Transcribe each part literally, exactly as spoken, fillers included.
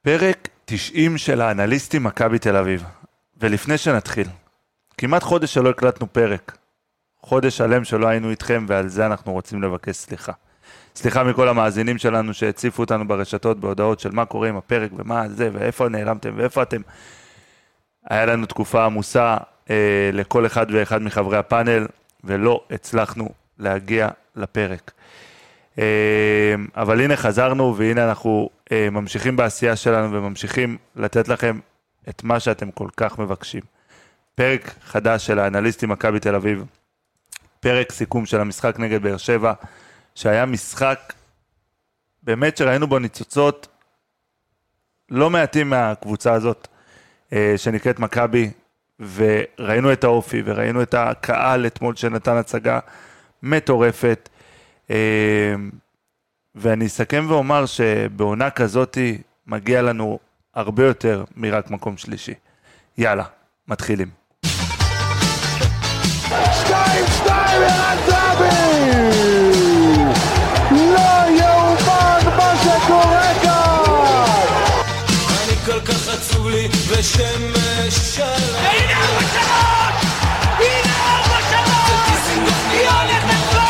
פרק תשעים של האנליסטים מכבי תל אביב. ולפני שנתחיל, כמעט חודש שלא הקלטנו פרק. חודש שלם שלא היינו איתכם, ועל זה אנחנו רוצים לבקש סליחה. סליחה מכל המאזינים שלנו שהציפו אותנו ברשתות, בהודעות של מה קורה עם הפרק ומה זה, ואיפה נעלמתם ואיפה אתם. היה לנו תקופה עמוסה אה, לכל אחד ואחד מחברי הפאנל, ולא הצלחנו להגיע לפרק. אה, אבל הנה חזרנו, והנה אנחנו אה, ממשיכים בעשייה שלנו, וממשיכים לתת לכם את מה שאתם כל כך מבקשים. פרק חדש של האנליסטים מכבי תל אביב, פרק סיכום של המשחק נגד באר שבע, שהיה משחק באמת שראינו בו ניצוצות לא מעטים מהקבוצה הזאת שנקראת מכבי, וראינו את האופי וראינו את הקהל אתמול שנתן הצגה מטורפת, ואני אסכם ואומר שבעונה כזאת מגיע לנו הרבה יותר מרק מקום שלישי. יאללה, מתחילים. שתיים שתיים הרצבי! לא יאומן מה שקורה כאן! אני כל כך עצוב לי ושמש שלם. הנה ארבע שלוש! הנה ארבע שלוש! היא הולכת לו!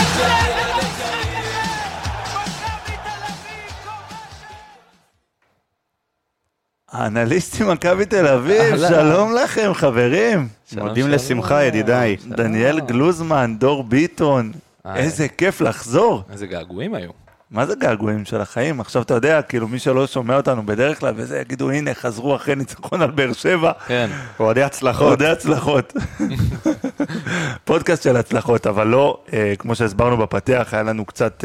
האנליסטים מכבי תל אביב, שלום לכם חברים. מודים לשמחה ידידיי. דניאל גלוזמן, דור ביטון, איזה כיף לחזור. איזה געגועים היו. מה זה געגועים של החיים? עכשיו אתה יודע, כאילו מי שלא שומע אותנו בדרך כלל, וזה יגידו, הנה, חזרו אחרי ניצחון על באר שבע. כן, אוהדי הצלחות. אוהדי הצלחות. פודקאסט של הצלחות, אבל לא, כמו שהסברנו בפתח, היה לנו קצת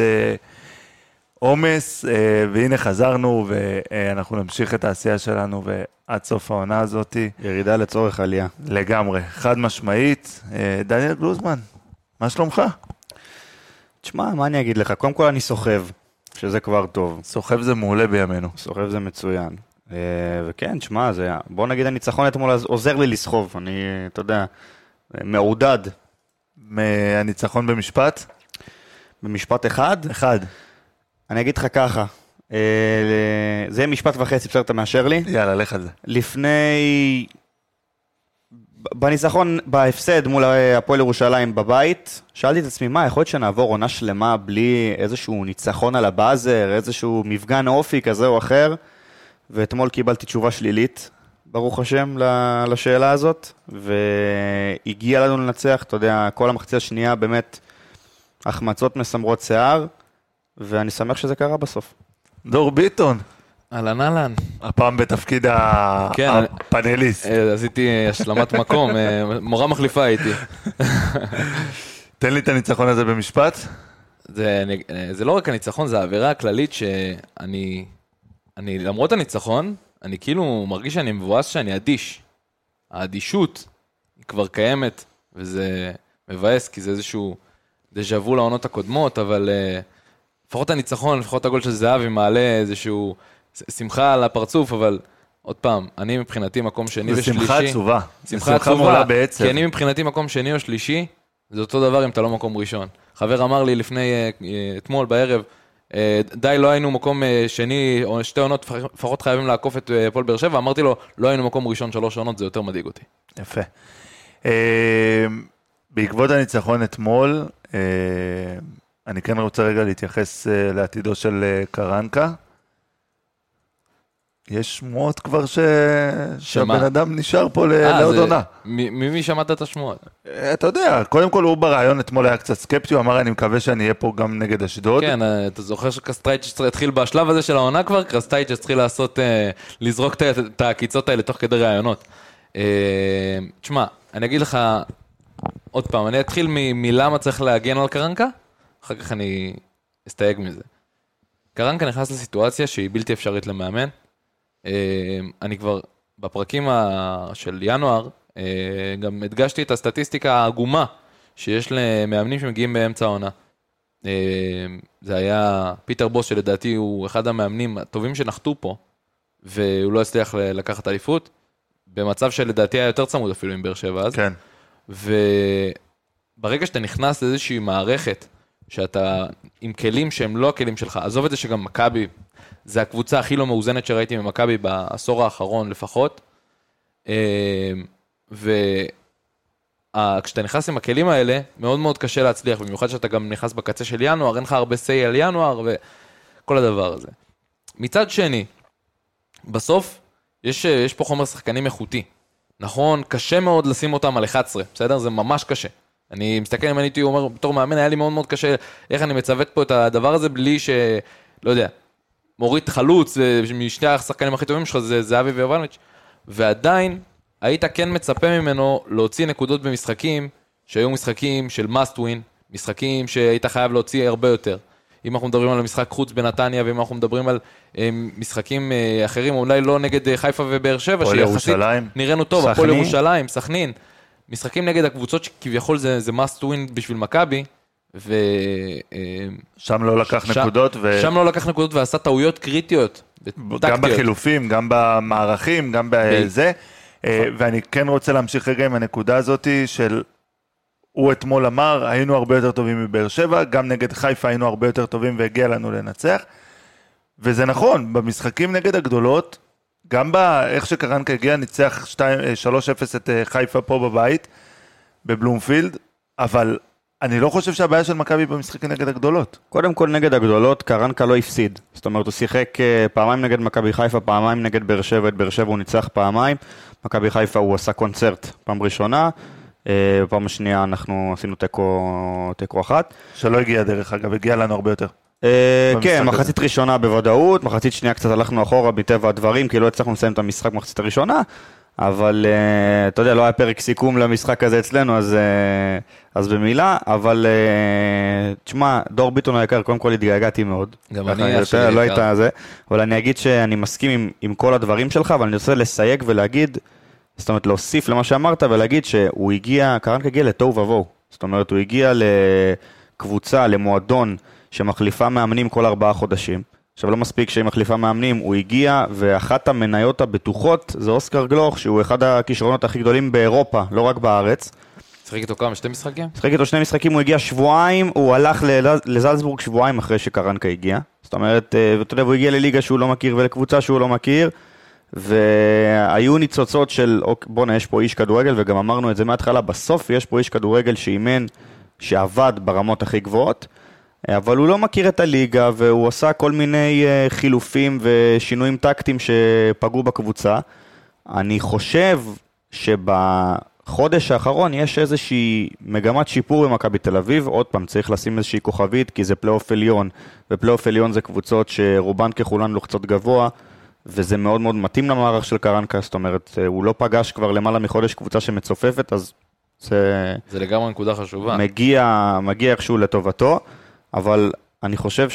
עומס, והנה חזרנו, ואנחנו נמשיך את העשייה שלנו, ועד סוף העונה הזאת. ירידה לצורך עלייה. לגמרי, חד משמעית. דניאל גלוזמן, מה שלומך? תשמע, מה אני אגיד לך? קודם כל אני סוחב, שזה כבר טוב. סוחב זה מעולה בימינו. סוחב זה מצוין. וכן, תשמע, זה, בוא נגיד הניצחון אתמול עוזר לי לסחוב. אני, אתה יודע, מעודד. מהניצחון במשפט? במשפט אחד? אחד. אני אגיד לך ככה, זה יהיה משפט וחצי, בסדר, אתה מאשר לי? יאללה, לך על זה. לפני, בניצחון, בהפסד מול הפועל ירושלים בבית, שאלתי את עצמי, מה, יכול להיות שנעבור עונה שלמה בלי איזשהו ניצחון על הבאזר, איזשהו מפגן אופי כזה או אחר, ואתמול קיבלתי תשובה שלילית, ברוך השם, לשאלה הזאת, והגיע לנו לנצח, אתה יודע, כל המחצית השנייה באמת, החמצות מסמרות שיער, ואני שמח שזה קרה בסוף. דור ביטון. אהלן אהלן. הפעם בתפקיד הפאנליסט. עשיתי השלמת מקום, מורה מחליפה הייתי. תן לי את הניצחון הזה במשפט. זה לא רק הניצחון, זה האווירה הכללית שאני, אני, למרות הניצחון, אני כאילו מרגיש שאני מבואס שאני אדיש. האדישות היא כבר קיימת, וזה מבאס, כי זה איזשהו דז'אבו לעונות הקודמות, אבל לפחות הניצחון, לפחות הגול של זהבי מעלה איזשהו שמחה על הפרצוף, אבל עוד פעם, אני מבחינתי מקום שני ושלישי. זה שמחה עצובה. שמחה עצובה, כי אני מבחינתי מקום שני או שלישי, זה אותו דבר אם אתה לא מקום ראשון. חבר אמר לי לפני, אתמול בערב, די לא היינו מקום שני, או שתי עונות, לפחות חייבים לעקוף את הפועל באר שבע, אמרתי לו, לא היינו מקום ראשון שלוש עונות, זה יותר מדאיג אותי. יפה. בעקבות הניצחון אתמול, אני כן רוצה רגע להתייחס לעתידו של קרנקה. יש שמועות כבר ש... שהבן אדם נשאר פה לעוד עונה. ממי שמעת את השמועות? אתה יודע, קודם כל הוא ברעיון אתמול היה קצת סקפטי, הוא אמר אני מקווה שאני אהיה פה גם נגד אשדוד. כן, אתה זוכר שקרסטייץ' התחיל בשלב הזה של העונה כבר, קרסטייץ' התחיל לעשות, לזרוק את הקיצות האלה תוך כדי רעיונות. תשמע, אני אגיד לך עוד פעם, אני אתחיל מלמה צריך להגן על קרנקה, אחר כך אני אסתייג מזה. קרנקה נכנס לסיטואציה שהיא בלתי אפשרית למאמן. אני כבר בפרקים של ינואר גם הדגשתי את הסטטיסטיקה העגומה שיש למאמנים שמגיעים באמצע העונה. זה היה פיטר בוס שלדעתי הוא אחד המאמנים הטובים שנחתו פה, והוא לא הצליח לקחת אליפות, במצב שלדעתי היה יותר צמוד אפילו עם באר שבע אז. כן. וברגע שאתה נכנס לאיזושהי מערכת שאתה עם כלים שהם לא הכלים שלך, עזוב את זה שגם מכבי, זה הקבוצה הכי לא מאוזנת שראיתי ממכבי בעשור האחרון לפחות, וכשאתה נכנס עם הכלים האלה, מאוד מאוד קשה להצליח, במיוחד שאתה גם נכנס בקצה של ינואר, אין לך הרבה סי על ינואר וכל הדבר הזה. מצד שני, בסוף יש, יש פה חומר שחקנים איכותי. נכון, קשה מאוד לשים אותם על אחת עשרה, בסדר? זה ממש קשה. אני מסתכל אם אני הייתי אומר, בתור מאמן, היה לי מאוד מאוד קשה איך אני מצוות פה את הדבר הזה, בלי ש... לא יודע, מוריד חלוץ, משני השחקנים הכי טובים שלך, זה זהבי ויובנוביץ', ועדיין, היית כן מצפה ממנו להוציא נקודות במשחקים, שהיו משחקים של must win, משחקים שהיית חייב להוציא הרבה יותר. אם אנחנו מדברים על המשחק חוץ בנתניה, ואם אנחנו מדברים על משחקים אחרים, אולי לא נגד חיפה ובאר שבע, שיחסית נראינו טוב, הפועל ירושלים, סכנין, משחקים נגד הקבוצות שכביכול זה, זה must win בשביל מכבי, ו... שם לא לקח ש... נקודות. ו... שם לא לקח נקודות ועשה טעויות קריטיות, גם בחילופים, גם במערכים, גם בזה, ואני כן רוצה להמשיך רגע עם הנקודה הזאת של... הוא אתמול אמר, היינו הרבה יותר טובים מבאר שבע, גם נגד חיפה היינו הרבה יותר טובים והגיע לנו לנצח. וזה נכון, במשחקים נגד הגדולות, גם באיך שקרנקה הגיע, ניצח שלוש אפס את חיפה פה בבית, בבלומפילד, אבל אני לא חושב שהבעיה של מכבי במשחקים נגד הגדולות. קודם כל נגד הגדולות, קרנקה לא הפסיד. זאת אומרת, הוא שיחק פעמיים נגד מכבי חיפה, פעמיים נגד באר שבע, את באר שבע הוא ניצח פעמיים, מכבי חיפה הוא עשה קונצרט פעם ראשונה, בפעם השנייה אנחנו עשינו תיקו, תיקו אחת. שלא הגיע דרך אגב, הגיע לנו הרבה יותר. כן, מחצית ראשונה בוודאות, מחצית שנייה קצת הלכנו אחורה מטבע הדברים, כי לא הצלחנו לסיים את המשחק מחצית הראשונה, אבל אתה יודע, לא היה פרק סיכום למשחק הזה אצלנו, אז, אז במילה, אבל תשמע, דור ביטון היקר, קודם כל התגעגעתי מאוד. גם אני יותר, לא הייתה זה, אבל אני אגיד שאני מסכים עם, עם כל הדברים שלך, אבל אני רוצה לסייג ולהגיד, זאת אומרת, להוסיף למה שאמרת ולהגיד שהוא הגיע, קרנקה הגיע לתוהו ובוהו. זאת אומרת, הוא הגיע לקבוצה, למועדון, שמחליפה מאמנים כל ארבעה חודשים. עכשיו לא מספיק שהיא מחליפה מאמנים, הוא הגיע, ואחת המניות הבטוחות זה אוסקר גלוך, שהוא אחד הכישרונות הכי גדולים באירופה, לא רק בארץ. שחק איתו כמה? שתי משחקים? שחק איתו שני משחקים, הוא הגיע שבועיים, הוא הלך לזלצבורג שבועיים אחרי שקרנקה הגיע. זאת אומרת, ואתה יודע, הוא הגיע לליגה שהוא לא מכיר ולקבוצה שהוא לא מכיר, והיו ניצוצות של, בוא נה, יש פה איש כדורגל, וגם אמרנו את זה מההתחלה, בסוף יש פה איש כדורגל שאימן, שעבד ברמות הכי גבוהות, אבל הוא לא מכיר את הליגה, והוא עשה כל מיני חילופים ושינויים טקטיים שפגעו בקבוצה. אני חושב שבחודש האחרון יש איזושהי מגמת שיפור במכבי תל אביב, עוד פעם צריך לשים איזושהי כוכבית, כי זה פלייאוף עליון, ופלייאוף עליון זה קבוצות שרובן ככולן לוחצות גבוה, וזה מאוד מאוד מתאים למערך של קרנקה, זאת אומרת, הוא לא פגש כבר למעלה מחודש קבוצה שמצופפת, אז זה... זה לגמרי נקודה חשובה. מגיע, מגיע איכשהו לטובתו, אבל אני חושב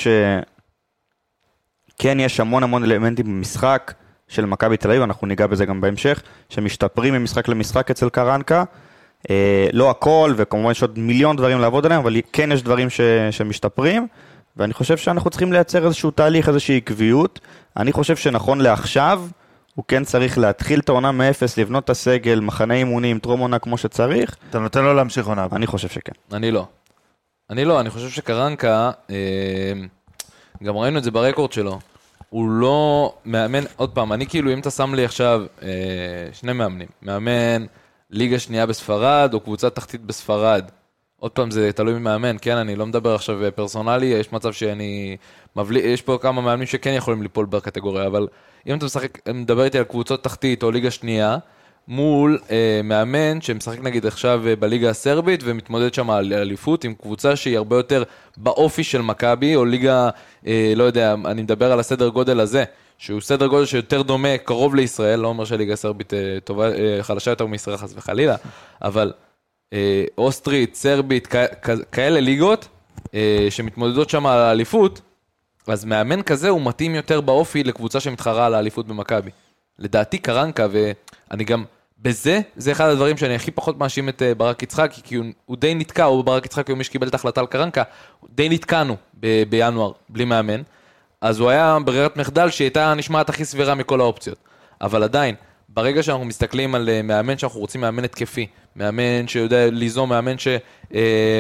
שכן יש המון המון אלמנטים במשחק של מכבי תל אביב, אנחנו ניגע בזה גם בהמשך, שמשתפרים ממשחק למשחק אצל קרנקה, אה, לא הכל, וכמובן יש עוד מיליון דברים לעבוד עליהם, אבל כן יש דברים ש, שמשתפרים, ואני חושב שאנחנו צריכים לייצר איזשהו תהליך, איזושהי עקביות. אני חושב שנכון לעכשיו, הוא כן צריך להתחיל את העונה מאפס, לבנות את הסגל, מחנה אימונים, טרום עונה כמו שצריך. אתה נותן לו להמשיך עונה? אני חושב שכן. אני לא. אני לא, אני חושב שקרנקה, גם ראינו את זה ברקורד שלו, הוא לא מאמן, עוד פעם, אני כאילו, אם אתה שם לי עכשיו שני מאמנים, מאמן ליגה שנייה בספרד, או קבוצה תחתית בספרד, עוד פעם זה תלוי ממאמן, כן, אני לא מדבר עכשיו פרסונלי, יש מצב שאני מבליט, יש פה כמה מאמנים שכן יכולים ליפול בקטגוריה, אבל אם אתה משחק, מדבר איתי על קבוצות תחתית או ליגה שנייה, מול אה, מאמן שמשחק נגיד עכשיו בליגה הסרבית ומתמודד שם על אליפות עם קבוצה שהיא הרבה יותר באופי של מכבי או ליגה, אה, לא יודע, אני מדבר על הסדר גודל הזה, שהוא סדר גודל שיותר דומה, קרוב לישראל, לא אומר שהליגה הסרבית אה, טובה, אה, חלשה יותר מישראל חס וחלילה, אבל אה, אוסטרית, סרבית, כ- כ- כאלה ליגות אה, שמתמודדות שם על האליפות, אז מאמן כזה הוא מתאים יותר באופי לקבוצה שמתחרה על האליפות במכבי. לדעתי קרנקה, ואני גם בזה, זה אחד הדברים שאני הכי פחות מאשים את ברק יצחק, כי הוא, הוא די נתקע, הוא ברק יצחק הוא מי שקיבל את ההחלטה על קרנקה, די נתקענו ב- בינואר בלי מאמן, אז הוא היה ברירת מחדל שהייתה נשמעת הכי סבירה מכל האופציות. אבל עדיין, ברגע שאנחנו מסתכלים על מאמן שאנחנו רוצים מאמן התקפי, מאמן שיודע ליזום, מאמן ש... אה,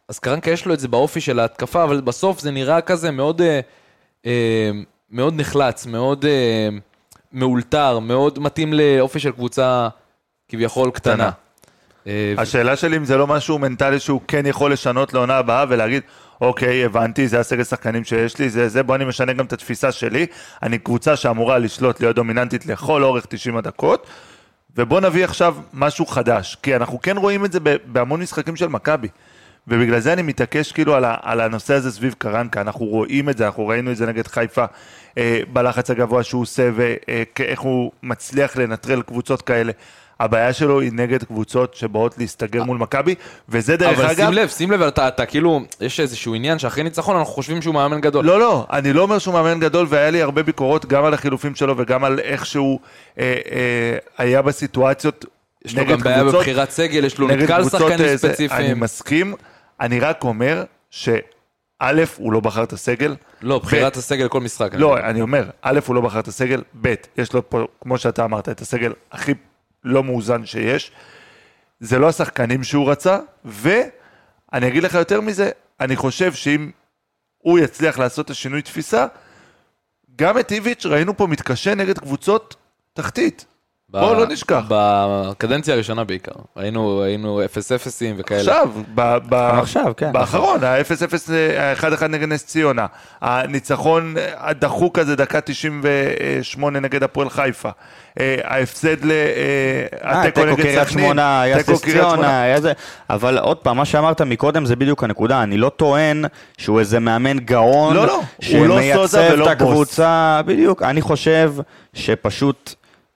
אז קרנקה יש לו את זה באופי של ההתקפה, אבל בסוף זה נראה כזה מאוד, אה, אה, מאוד נחלץ, מאוד אה, מאולתר, מאוד מתאים לאופי של קבוצה כביכול קטנה. אה, השאלה שלי אם זה לא משהו מנטלי שהוא כן יכול לשנות לעונה הבאה ולהגיד, אוקיי, הבנתי, זה הסגל שחקנים שיש לי, זה זה, בוא אני משנה גם את התפיסה שלי, אני קבוצה שאמורה לשלוט, להיות דומיננטית לכל אורך תשעים הדקות, ובוא נביא עכשיו משהו חדש, כי אנחנו כן רואים את זה בהמון משחקים של מכבי, ובגלל זה אני מתעקש כאילו על, ה, על הנושא הזה סביב קרנקה, אנחנו רואים את זה, אנחנו ראינו את זה נגד חיפה, אה, בלחץ הגבוה שהוא עושה, ואיך הוא מצליח לנטרל קבוצות כאלה, הבעיה שלו היא נגד קבוצות שבאות להסתגר מול מכבי, וזה דרך אגב... אבל שים לב, שים לב, אתה, אתה כאילו, יש איזשהו עניין שאחרי ניצחון אנחנו חושבים שהוא מאמן גדול. לא, לא, אני לא אומר שהוא מאמן גדול, והיה לי הרבה ביקורות גם על החילופים שלו, וגם על איך שהוא אה, אה, היה בסיטואציות יש לו גם בעיה בבחירת סגל, יש לו נתקל שחקנים ספציפיים. אני מסכים, אני רק אומר שא' הוא לא בחר את הסגל. לא, בחירת הסגל כל משחק. לא, אני אומר, א' הוא לא בחר את הסגל, ב' יש לו פה, כמו שאתה אמרת, את הסגל הכי לא מאוזן שיש, זה לא השחקנים שהוא רצה, ואני אגיד לך יותר מזה, אני חושב שאם הוא יצליח לעשות את השינוי תפיסה, גם את איביץ' ראינו פה מתקשה נגד קבוצות תחתית. בואו לא נשכח. בקדנציה הראשונה בעיקר, היינו, היינו אפס אפסים וכאלה. עכשיו, ב- ב- עכשיו, כן. באחרון, ה-אפס אפס, ה-אחד אחד נגד נס ציונה, הניצחון הדחוק הזה, דקה תשעים ושמונה נגד הפועל חיפה, ההפסד לתיקו נגד קריית סכנין, שמונה, היה סס ציונה, היה זה, אבל עוד פעם, מה שאמרת מקודם זה בדיוק הנקודה, אני לא טוען שהוא איזה מאמן גאון, לא, לא, הוא לא סוזה שמייצב ולא את הקבוצה, בדיוק, אני חושב שפשוט,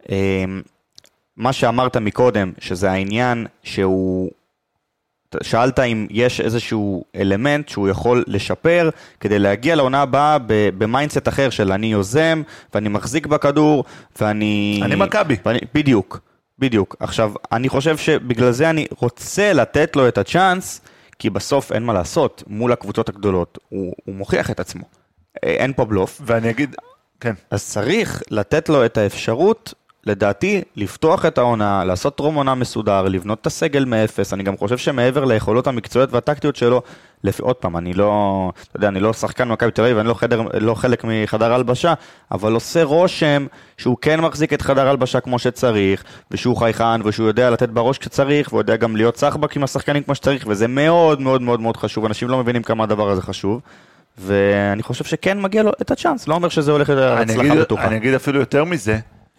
מה שאמרת מקודם, שזה העניין שהוא, שאלת אם יש איזשהו אלמנט שהוא יכול לשפר, כדי להגיע לעונה הבאה במיינדסט אחר של אני יוזם, ואני מחזיק בכדור, ואני... אני מכבי. ואני, בדיוק, בדיוק. עכשיו, אני חושב שבגלל זה אני רוצה לתת לו את הצ'אנס, כי בסוף אין מה לעשות מול הקבוצות הגדולות. הוא, הוא מוכיח את עצמו. אין פה בלוף. ואני אגיד, כן. אז צריך לתת לו את האפשרות, לדעתי, לפתוח את העונה, לעשות טרום עונה מסודר, לבנות את הסגל מאפס. אני גם חושב שמעבר ליכולות המקצועיות והטקטיות שלו, לפי, עוד פעם, אני לא, אתה יודע, אני לא שחקן מכבי תל אביב, אני לא, חדר, לא חלק מחדר הלבשה, אבל עושה רושם שהוא כן מחזיק את חדר הלבשה כמו שצריך, ושהוא חייכן, ושהוא יודע לתת בראש כשצריך, והוא יודע גם להיות סחבק עם השחקנים כמו שצריך, וזה מאוד מאוד מאוד מאוד חשוב. אנשים לא מבינים כמה הדבר הזה חשוב. ואני חושב שכן מגיע לו את הצ'אנס, לא אומר שזה הולך להצלחה בטוחה. אני אגיד אפילו יותר מזה,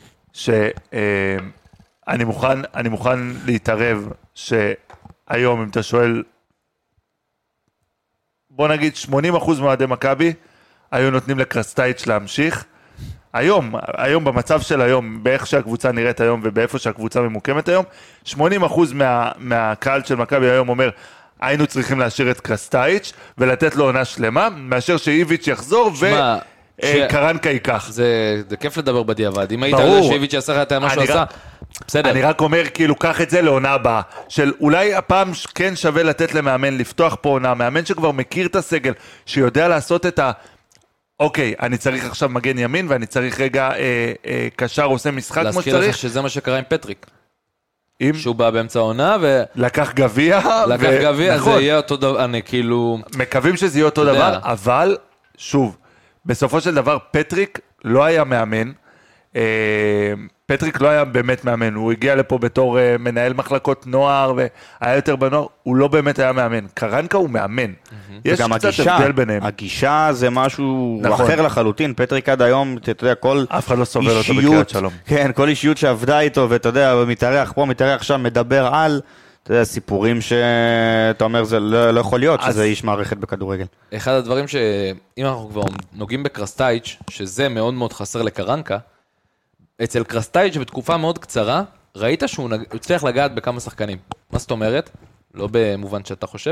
שאני מוכן, אני מוכן להתערב שהיום, אם אתה שואל, בוא נגיד שמונים אחוז מועדי מכבי, היו נותנים לקרסטייץ' להמשיך. היום, היום במצב של היום, באיך שהקבוצה נראית היום ובאיפה שהקבוצה ממוקמת היום, שמונים אחוז מה, מהקהל של מכבי היום אומר, היינו צריכים להשאיר את קרסטייץ' ולתת לו עונה שלמה, מאשר שאיביץ' יחזור וקרנקה ייקח. זה, זה כיף לדבר בדיעבד. אם היית על שאיביץ' יעשה לך את מה שהוא עשה, בסדר. אני רק אומר, כאילו, קח את זה לעונה הבאה, של אולי הפעם כן שווה לתת למאמן, לפתוח פה עונה, מאמן שכבר מכיר את הסגל, שיודע לעשות את ה... אוקיי, אני צריך עכשיו מגן ימין, ואני צריך רגע אה, אה, קשר עושה משחק כמו שצריך. להזכיר לך שזה מה שקרה עם פטריק. עם... שהוא בא באמצע העונה ו... לקח גביע. לקח ו... גביע, נכון. זה יהיה אותו דבר, אני כאילו... מקווים שזה יהיה אותו דבר, אבל, שוב, בסופו של דבר, פטריק לא היה מאמן, אה, פטריק לא היה באמת מאמן, הוא הגיע לפה בתור אה, מנהל מחלקות נוער, והיה יותר בנוער, הוא לא באמת היה מאמן. קרנקה הוא מאמן. Mm-hmm. יש קצת הגישה, הבדל ביניהם. הגישה זה משהו נכון. אחר לחלוטין, פטריק עד היום, אתה יודע, כל אף אחד לא סובל אותו בקריאת שלום. כן, כל אישיות שעבדה איתו, ואתה יודע, מתארח פה, מתארח שם, מדבר על, אתה יודע, סיפורים שאתה אומר, זה לא, לא יכול להיות, אז... שזה איש מערכת בכדורגל. אחד הדברים שאם אנחנו כבר נוגעים בקרסטייץ', שזה מאוד מאוד חסר לקרנקה, אצל קרסטייץ' בתקופה מאוד קצרה, ראית שהוא הצליח לגעת בכמה שחקנים. מה זאת אומרת? לא במובן שאתה חושב.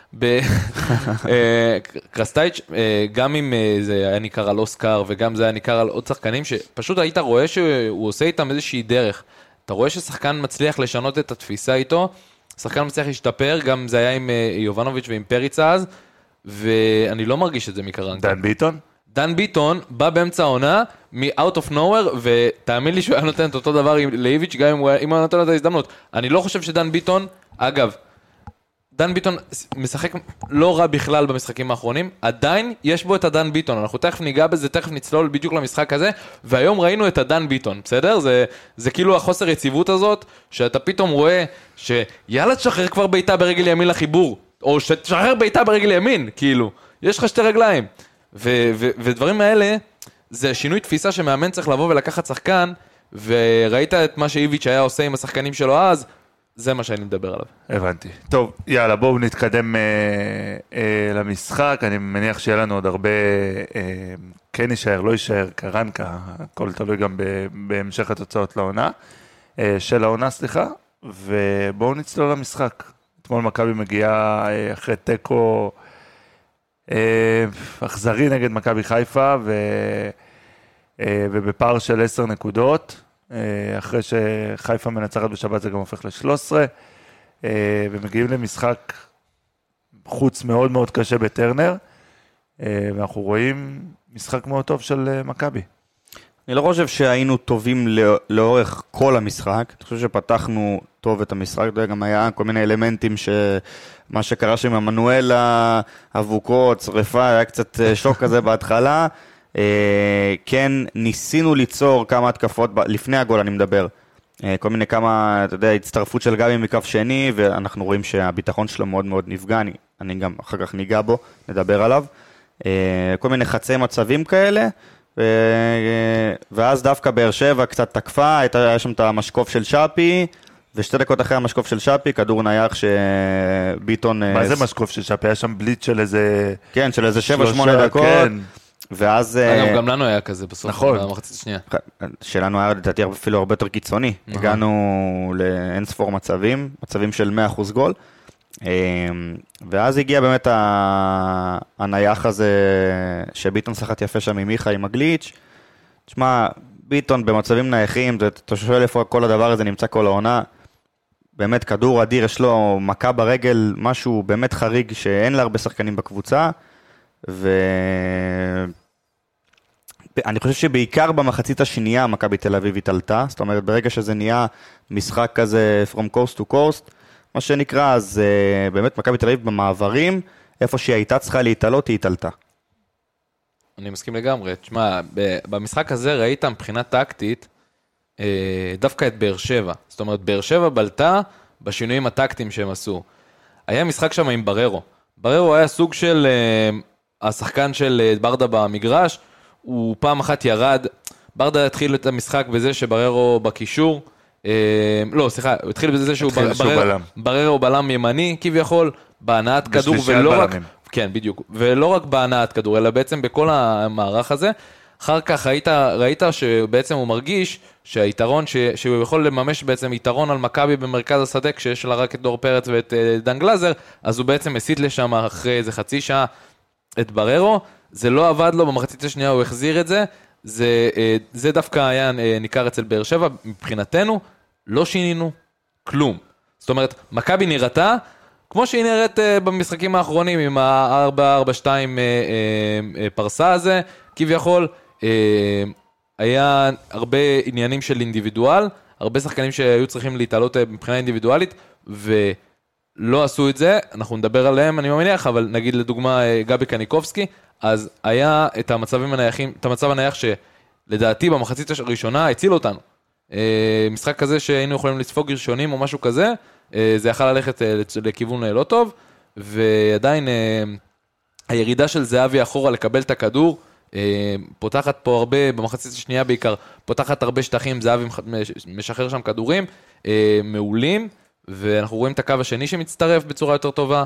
קרסטייץ', גם אם זה היה ניכר על אוסקר, וגם זה היה ניכר על עוד שחקנים, שפשוט היית רואה שהוא עושה איתם איזושהי דרך. אתה רואה ששחקן מצליח לשנות את התפיסה איתו, שחקן מצליח להשתפר, גם זה היה עם יובנוביץ' ועם פריצה אז, ואני לא מרגיש את זה מקרנקה. דן ביטון? דן ביטון בא באמצע העונה, מ-out of nowhere, ותאמין לי שהוא היה נותן את אותו דבר לאיביץ', גם אם הוא היה נותן את ההזדמנות. אני לא חושב שדן ביטון, אגב, דן ביטון משחק לא רע בכלל במשחקים האחרונים, עדיין יש בו את הדן ביטון, אנחנו תכף ניגע בזה, תכף נצלול בדיוק למשחק הזה, והיום ראינו את הדן ביטון, בסדר? זה, זה כאילו החוסר יציבות הזאת, שאתה פתאום רואה שיאללה תשחרר כבר ביתה ברגל ימין לחיבור, או שתשחרר ביתה ברגל ימין, כאילו, יש לך שתי רגליים. ו- ו- ודברים האלה, זה שינוי תפיסה שמאמן צריך לבוא ולקחת שחקן, וראית את מה שאיביץ' היה עושה עם השחקנים שלו אז, זה מה שאני מדבר עליו. הבנתי. טוב, יאללה, בואו נתקדם אה, אה, למשחק. אני מניח שיהיה לנו עוד הרבה, אה, כן יישאר, לא יישאר, קרנקה, הכל תלוי גם ב, בהמשך התוצאות לעונה, אה, של העונה, סליחה, ובואו נצלול למשחק. אתמול מכבי מגיעה אה, אחרי טקו אה, אכזרי נגד מכבי חיפה, ו, אה, ובפער של עשר נקודות, אחרי שחיפה מנצחת בשבת זה גם הופך ל-שלוש עשרה, ומגיעים למשחק חוץ מאוד מאוד קשה בטרנר, ואנחנו רואים משחק מאוד טוב של מכבי. אני לא חושב שהיינו טובים לא, לאורך כל המשחק, אני חושב שפתחנו טוב את המשחק, גם היה כל מיני אלמנטים שמה שקרה שם עם המנואלה, אבוקות, שריפה, היה קצת שוק כזה בהתחלה, כן, ניסינו ליצור כמה התקפות, לפני הגול אני מדבר, כל מיני כמה, אתה יודע, הצטרפות של גבי מקו שני, ואנחנו רואים שהביטחון שלו מאוד מאוד נפגע, אני, אני גם אחר כך ניגע בו, נדבר עליו, כל מיני חצי מצבים כאלה, ו... ואז דווקא באר שבע קצת תקפה, היה שם את המשקוף של שפי, ושתי דקות אחרי המשקוף של שפי, כדור נייח שביטון... מה זה משקוף של שפי? היה שם בליץ של איזה... כן, של איזה שבע שמונה דקות. כן. ואז... אגב, גם לנו היה כזה בסוף, נכון. במחצית השנייה. שלנו היה לדעתי אפילו הרבה יותר קיצוני. הגענו לאין ספור מצבים, מצבים של מאה אחוז גול. ואז הגיע באמת הנייח הזה, שביטון שחט יפה שם עם מיכה, עם הגליץ'. תשמע, ביטון במצבים נייחים, אתה שואל איפה כל הדבר הזה נמצא כל העונה. באמת כדור אדיר, יש לו מכה ברגל, משהו באמת חריג שאין לה הרבה שחקנים בקבוצה. ואני חושב שבעיקר במחצית השנייה מכבי תל אביב התעלתה, זאת אומרת ברגע שזה נהיה משחק כזה from coast to coast, מה שנקרא, אז uh, באמת מכבי תל אביב במעברים, איפה שהיא הייתה צריכה להתעלות, היא התעלתה. אני מסכים לגמרי. תשמע, במשחק הזה ראית מבחינה טקטית, דווקא את באר שבע. זאת אומרת, באר שבע בלטה בשינויים הטקטיים שהם עשו. היה משחק שם עם בררו. בררו היה סוג של... השחקן של ברדה במגרש, הוא פעם אחת ירד, ברדה התחיל את המשחק בזה שבררו בקישור, לא, סליחה, הוא התחיל בזה שהוא בררו בלם ימני, כביכול, בהנעת כדור, ולא רק, כן, בדיוק, ולא רק בהנעת כדור, אלא בעצם בכל המערך הזה, אחר כך ראית, ראית שבעצם הוא מרגיש שהיתרון, שהוא יכול לממש בעצם יתרון על מכבי במרכז השדה, כשיש לה רק את דור פרץ ואת דן גלזר, אז הוא בעצם הסית לשם אחרי איזה חצי שעה, את בררו, זה לא עבד לו, במחצית השנייה הוא החזיר את זה, זה, זה דווקא היה ניכר אצל באר שבע, מבחינתנו, לא שינינו כלום. זאת אומרת, מכבי נראתה, כמו שהיא נראית במשחקים האחרונים, עם ה-ארבע ארבע שתיים פרסה הזה, כביכול, היה הרבה עניינים של אינדיבידואל, הרבה שחקנים שהיו צריכים להתעלות מבחינה אינדיבידואלית, ו... לא עשו את זה, אנחנו נדבר עליהם, אני מניח, אבל נגיד לדוגמה גבי קניקובסקי, אז היה את המצבים הנייחים, את המצב הנייח שלדעתי במחצית הראשונה הציל אותנו. משחק כזה שהיינו יכולים לספוג ראשונים או משהו כזה, זה יכל ללכת לכיוון לא טוב, ועדיין הירידה של זהבי אחורה לקבל את הכדור, פותחת פה הרבה, במחצית השנייה בעיקר, פותחת הרבה שטחים, זהבי משחרר שם כדורים, מעולים, ואנחנו רואים את הקו השני שמצטרף בצורה יותר טובה,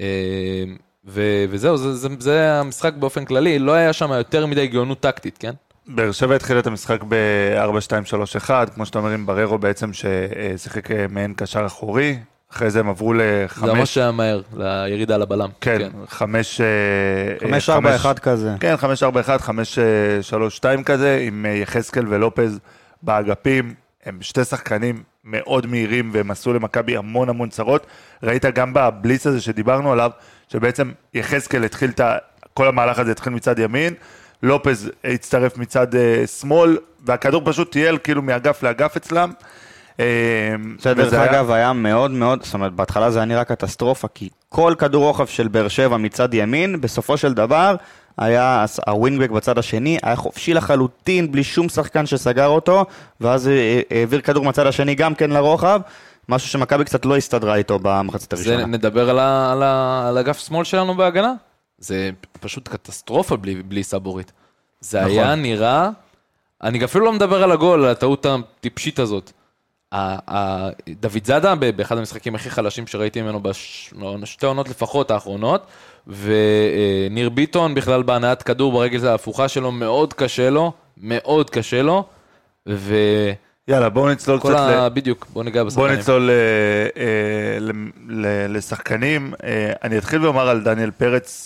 ו- וזהו, זה, זה, זה המשחק באופן כללי, לא היה שם יותר מדי גאונות טקטית, כן? באר שבע התחיל את המשחק ב-ארבע שתיים שלוש אחת, כמו שאתה אומר עם בררו בעצם ששיחק מעין קשר אחורי, אחרי זה הם עברו לחמש... זה ממש היה מהר, לירידה לבלם. כן, כן. חמש... חמש ארבע אחד כזה. כן, חמש ארבע אחד, חמש שלוש שתיים כזה, עם יחזקאל ולופז באגפים, הם שתי שחקנים מאוד מהירים, והם עשו למכבי המון המון צרות. ראית גם בבליץ הזה שדיברנו עליו, שבעצם יחזקאל התחיל את כל המהלך הזה, התחיל מצד ימין, לופז הצטרף מצד uh, שמאל, והכדור פשוט טייל כאילו מאגף לאגף אצלם, זה דרך אגב היה מאוד מאוד, זאת אומרת, בהתחלה זה היה נראה קטסטרופה, כי כל כדור רוחב של באר שבע מצד ימין, בסופו של דבר, היה הווינגבק בצד השני, היה חופשי לחלוטין, בלי שום שחקן שסגר אותו, ואז העביר כדור מצד השני גם כן לרוחב, משהו שמכבי קצת לא הסתדרה איתו במחצית הראשונה. זה נדבר על, ה, על, ה, על אגף שמאל שלנו בהגנה? זה פשוט קטסטרופה בלי, בלי סבורית. זה נכון. היה נראה, אני אפילו לא מדבר על הגול, על הטעות הטיפשית הזאת. דוד זאדה, באחד המשחקים הכי חלשים שראיתי ממנו בשתי עונות לפחות האחרונות, וניר ביטון בכלל בהנעת כדור ברגל ההפוכה שלו, מאוד קשה לו, מאוד קשה לו, ו... יאללה, בואו נצלול קצת ה... ל... בדיוק, בואו ניגע בשחקנים. בואו נצלול אה, אה, ל... ל... לשחקנים. אה, אני אתחיל ואומר על דניאל פרץ,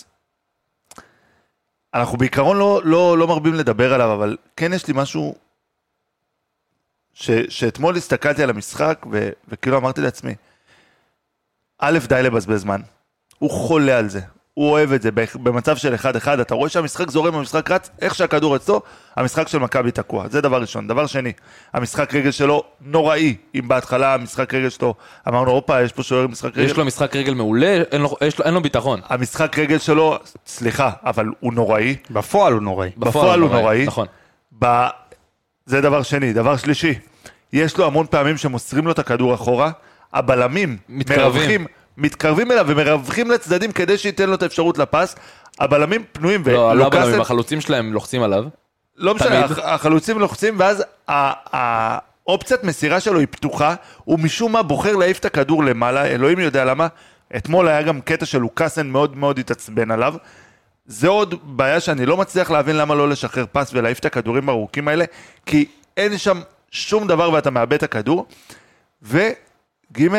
אנחנו בעיקרון לא, לא, לא מרבים לדבר עליו, אבל כן יש לי משהו, ש... שאתמול הסתכלתי על המשחק, ו... וכאילו אמרתי לעצמי, א', די לבזבז זמן, הוא חולה על זה. הוא אוהב את זה, במצב של אחד אחד, אתה רואה שהמשחק זורם, המשחק רץ, איך שהכדור אצלו, המשחק של מכבי תקוע, זה דבר ראשון. דבר שני, המשחק רגל שלו נוראי, אם בהתחלה המשחק רגל שלו, אמרנו, אופה, יש פה שוער עם משחק רגל. יש לו משחק רגל מעולה, אין לו, יש לו, אין לו ביטחון. המשחק רגל שלו, סליחה, אבל הוא נוראי. בפועל הוא נוראי. בפועל הוא נוראי. נכון. ב... זה דבר שני. דבר שלישי, יש לו המון פעמים שמוסרים לו את הכדור אחורה, הבלמים מתקרבים. מתקרבים אליו ומרווחים לצדדים כדי שייתן לו את האפשרות לפס, הבלמים פנויים ולוקאסן... לא, לא הבלמים, החלוצים שלהם לוחצים עליו. לא משנה, החלוצים לוחצים, ואז האופציית מסירה שלו היא פתוחה, הוא משום מה בוחר להעיף את הכדור למעלה, אלוהים יודע למה, אתמול היה גם קטע של לוקאסן מאוד מאוד התעצבן עליו, זה עוד בעיה שאני לא מצליח להבין למה לא לשחרר פס ולהעיף את הכדורים הארוכים האלה, כי אין שם שום דבר ואתה מאבד את הכדור, וג'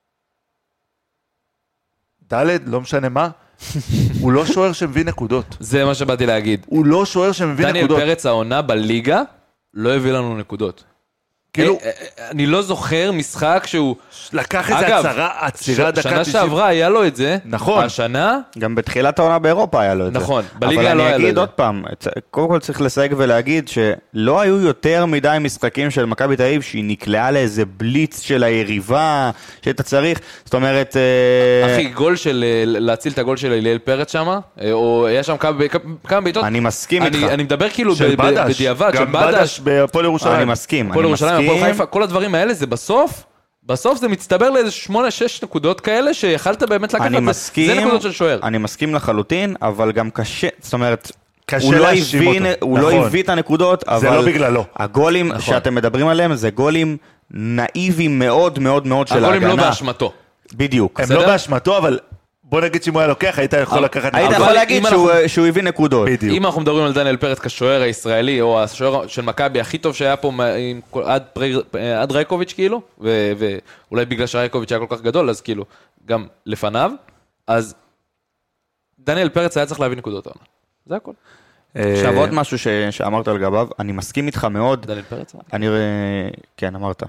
ד' לא משנה מה, הוא לא שוער שמביא נקודות. זה מה שבאתי להגיד. הוא לא שוער שמביא נקודות. דניאל פרץ העונה בליגה לא הביא לנו נקודות. כאילו, אני לא זוכר משחק שהוא... לקח איזה הצהרה, עצירה דקה שנה שעברה היה לו את זה. נכון. השנה... גם בתחילת העונה באירופה היה לו את זה. נכון, בליגה לא היה לו את זה. אבל אני אגיד עוד פעם, קודם כל צריך לסייג ולהגיד שלא היו יותר מדי משחקים של מכבי תל אביב שהיא נקלעה לאיזה בליץ של היריבה, שאתה צריך, זאת אומרת... אחי, גול של... להציל את הגול של אליאל פרץ שם, או היה שם כמה בעיטות... אני מסכים איתך. אני מדבר כאילו בדיעבד, של בדש. בהפועל ירושלים. אני מסכים. הפועל ירושלים, הפועל חיפה, כל הדברים האלה זה בסוף, בסוף זה מצטבר לאיזה שמונה שש נקודות כאלה שיכלת באמת לקחת, זה נקודות של שוער. אני מסכים לחלוטין, אבל גם קשה, זאת אומרת, הוא לא הבין, הוא לא הביא את הנקודות, אבל זה לא בגללו. הגולים שאתם מדברים עליהם זה גולים נאיביים מאוד מאוד מאוד של ההגנה. הגולים לא באשמתו. בדיוק. הם לא באשמתו, אבל... בוא נגיד שאם הוא היה לוקח, היית יכול לקחת... היית יכול להגיד שהוא הביא נקודות. אם אנחנו מדברים על דניאל פרץ כשוער הישראלי, או השוער של מכבי הכי טוב שהיה פה עד רייקוביץ' כאילו, ואולי בגלל שרייקוביץ' היה כל כך גדול, אז כאילו, גם לפניו, אז דניאל פרץ היה צריך להביא נקודות. זה הכל. עכשיו עוד משהו שאמרת על גביו, אני מסכים איתך מאוד. דניאל פרץ? כן, אמרת.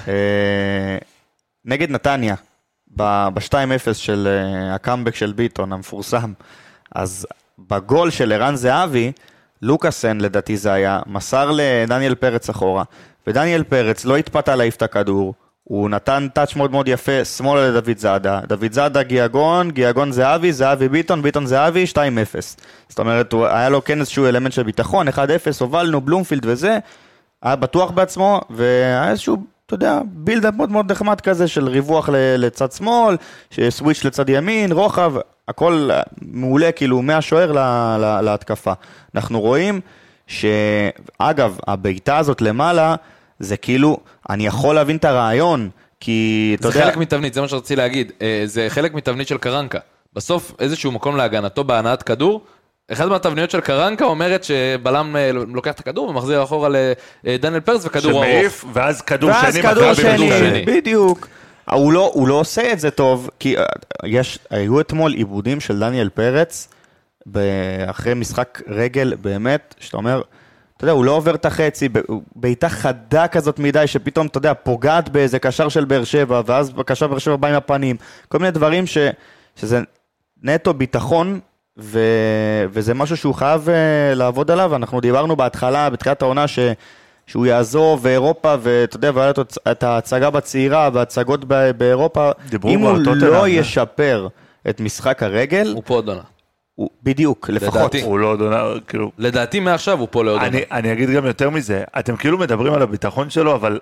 נגד נתניה. ב-שתיים אפס של הקאמבק של ביטון המפורסם, אז בגול של ערן זהבי, לוקאסן לדעתי זה היה, מסר לדניאל פרץ אחורה, ודניאל פרץ לא התפתה להעיף את הכדור, הוא נתן טאץ' מאוד מאוד יפה, שמאלה לדוד זאדה, דוד זאדה גיאגון, גיאגון זהבי, זהבי ביטון, ביטון זהבי, שתיים אפס. זאת אומרת, היה לו כן איזשהו אלמנט של ביטחון, אחד אפס, הובלנו, בלומפילד וזה, היה בטוח בעצמו, והיה איזשהו... אתה יודע, בילדאפ מאוד מאוד נחמד כזה של ריווח לצד שמאל, סוויץ' לצד ימין, רוחב, הכל מעולה כאילו מהשוער להתקפה. אנחנו רואים שאגב, הביתה הזאת למעלה, זה כאילו, אני יכול להבין את הרעיון, כי אתה יודע... זה חלק מתבנית, זה מה שרציתי להגיד, זה חלק מתבנית של קרנקה. בסוף איזשהו מקום להגנתו בהנעת כדור, אחד מהתבניות של קרנקה אומרת שבלם לוקח את הכדור ומחזיר אחורה לדניאל פרץ וכדור ארוך. ואז כדור ואז שני. כדור שני, שני. בדיוק. הוא לא, הוא לא עושה את זה טוב, כי יש, היו אתמול עיבודים של דניאל פרץ, אחרי משחק רגל באמת, שאתה אומר, אתה יודע, הוא לא עובר את החצי, בעיטה חדה כזאת מדי, שפתאום, אתה יודע, פוגעת באיזה קשר של באר שבע, ואז קשר באר שבע בא עם הפנים, כל מיני דברים ש, שזה נטו ביטחון, ו... וזה משהו שהוא חייב לעבוד עליו. אנחנו דיברנו בהתחלה, בתחילת העונה, ש... שהוא יעזוב באירופה, ואתה יודע, והיה לו את ההצגה בצעירה, וההצגות באירופה, אם הוא לא ישפר את משחק הרגל, הוא פה עוד עונה. בדיוק, לפחות. לדעתי. הוא לא עוד עונה, כאילו... לדעתי מעכשיו הוא פה לעוד עונה. אני, אני אגיד גם יותר מזה, אתם כאילו מדברים על הביטחון שלו, אבל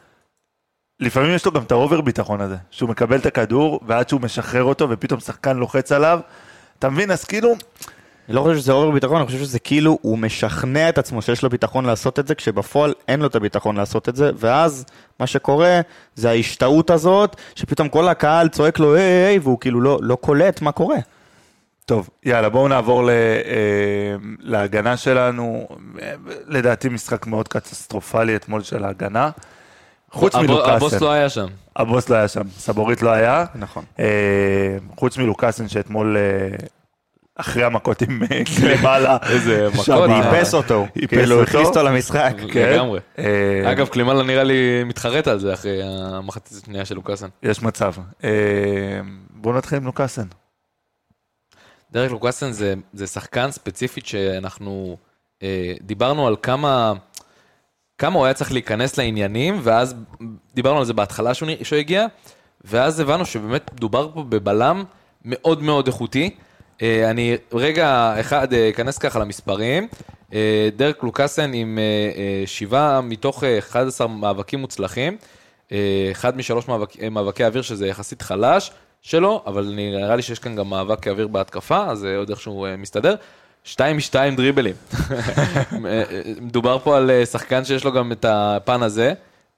לפעמים יש לו גם את האובר ביטחון הזה, שהוא מקבל את הכדור, ועד שהוא משחרר אותו, ופתאום שחקן לוחץ עליו, אתה מבין, אז כאילו... אני לא חושב שזה אובר ביטחון, אני חושב שזה כאילו הוא משכנע את עצמו שיש לו ביטחון לעשות את זה, כשבפועל אין לו את הביטחון לעשות את זה, ואז מה שקורה זה ההשתאות הזאת, שפתאום כל הקהל צועק לו, היי, היי, והוא כאילו לא, לא קולט מה קורה. טוב, יאללה, בואו נעבור ל, אה, להגנה שלנו, לדעתי משחק מאוד קטסטרופלי אתמול של ההגנה, חוץ מלוקאסן. הבוס לא היה שם. הבוס לא היה שם, סבורית לא היה. נכון. אה, חוץ מלוקאסן שאתמול... אה, אחרי המכות עם קלימאלה. איזה מכות. איפס אותו. כאילו הכניס אותו למשחק. לגמרי. אגב, קלימאלה נראה לי מתחרט על זה אחרי המחצית השנייה של לוקאסן. יש מצב. בואו נתחיל עם לוקאסן. דרק לוקאסן זה שחקן ספציפית שאנחנו דיברנו על כמה... כמה הוא היה צריך להיכנס לעניינים, ואז דיברנו על זה בהתחלה שהוא הגיע, ואז הבנו שבאמת דובר פה בבלם מאוד מאוד איכותי. אני רגע אחד אכנס ככה למספרים, דרק לוקאסן עם שבעה מתוך אחד עשר מאבקים מוצלחים, אחד משלוש מאבק, מאבקי אוויר שזה יחסית חלש שלו, אבל נראה לי שיש כאן גם מאבק אוויר בהתקפה, אז עוד איכשהו מסתדר, שתיים משתיים דריבלים. מדובר פה על שחקן שיש לו גם את הפן הזה,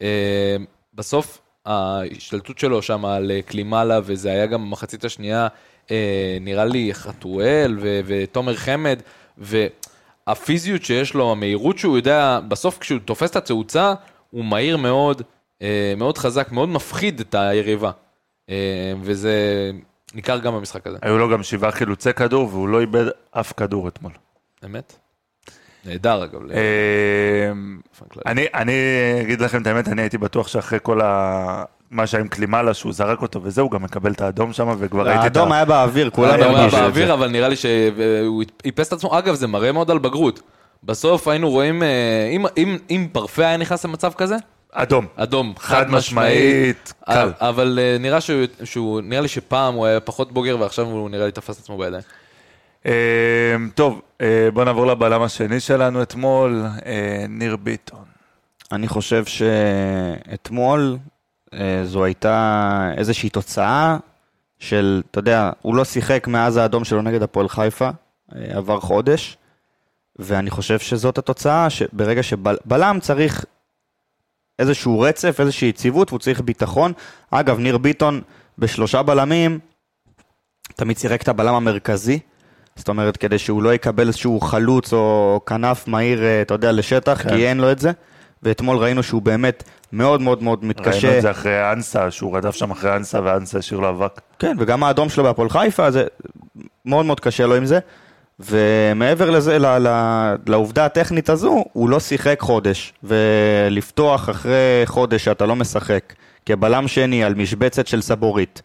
בסוף ההשתלטות שלו שם על קלימאלה, וזה היה גם במחצית השנייה, נראה לי חתואל ותומר חמד, והפיזיות שיש לו, המהירות שהוא יודע, בסוף כשהוא תופס את הצעוצה, הוא מהיר מאוד, מאוד חזק, מאוד מפחיד את היריבה, וזה ניכר גם במשחק הזה. היו לו גם שבעה חילוצי כדור, והוא לא איבד אף כדור אתמול. אמת? נהדר אגב. אני אגיד לכם את האמת, אני הייתי בטוח שאחרי כל ה... מה שהיה עם קלימאלה, שהוא זרק אותו וזה, הוא גם מקבל את האדום שם, וכבר ראיתי את ה... האדום היה באוויר, כולם הרגישו את זה. הרגישו היה באוויר, אבל נראה לי שהוא איפס את עצמו. אגב, זה מראה מאוד על בגרות. בסוף היינו רואים, אם פרפה היה נכנס למצב כזה? אדום. אדום, חד משמעית, קל. אבל נראה שהוא, נראה לי שפעם הוא היה פחות בוגר, ועכשיו הוא נראה לי תפס את עצמו בידיים. טוב, בוא נעבור לבלם השני שלנו אתמול, ניר ביטון. אני חושב שאתמול זו הייתה איזושהי תוצאה של, אתה יודע, הוא לא שיחק מאז האדום שלו נגד הפועל חיפה, עבר חודש, ואני חושב שזאת התוצאה, שברגע שבלם צריך איזשהו רצף, איזושהי יציבות, והוא צריך ביטחון. אגב, ניר ביטון בשלושה בלמים, תמיד שיחק את הבלם המרכזי, זאת אומרת, כדי שהוא לא יקבל איזשהו חלוץ או כנף מהיר, אתה יודע, לשטח, כן. כי אין לו את זה. ואתמול ראינו שהוא באמת מאוד מאוד מאוד מתקשה. ראינו את זה אחרי אנסה, שהוא רדף שם אחרי אנסה, ואנסה השאיר לו אבק. כן, וגם האדום שלו בהפועל חיפה, זה מאוד מאוד קשה לו עם זה. ומעבר לזה, לעובדה הטכנית הזו, הוא לא שיחק חודש. ולפתוח אחרי חודש שאתה לא משחק, כבלם שני על משבצת של סבורית,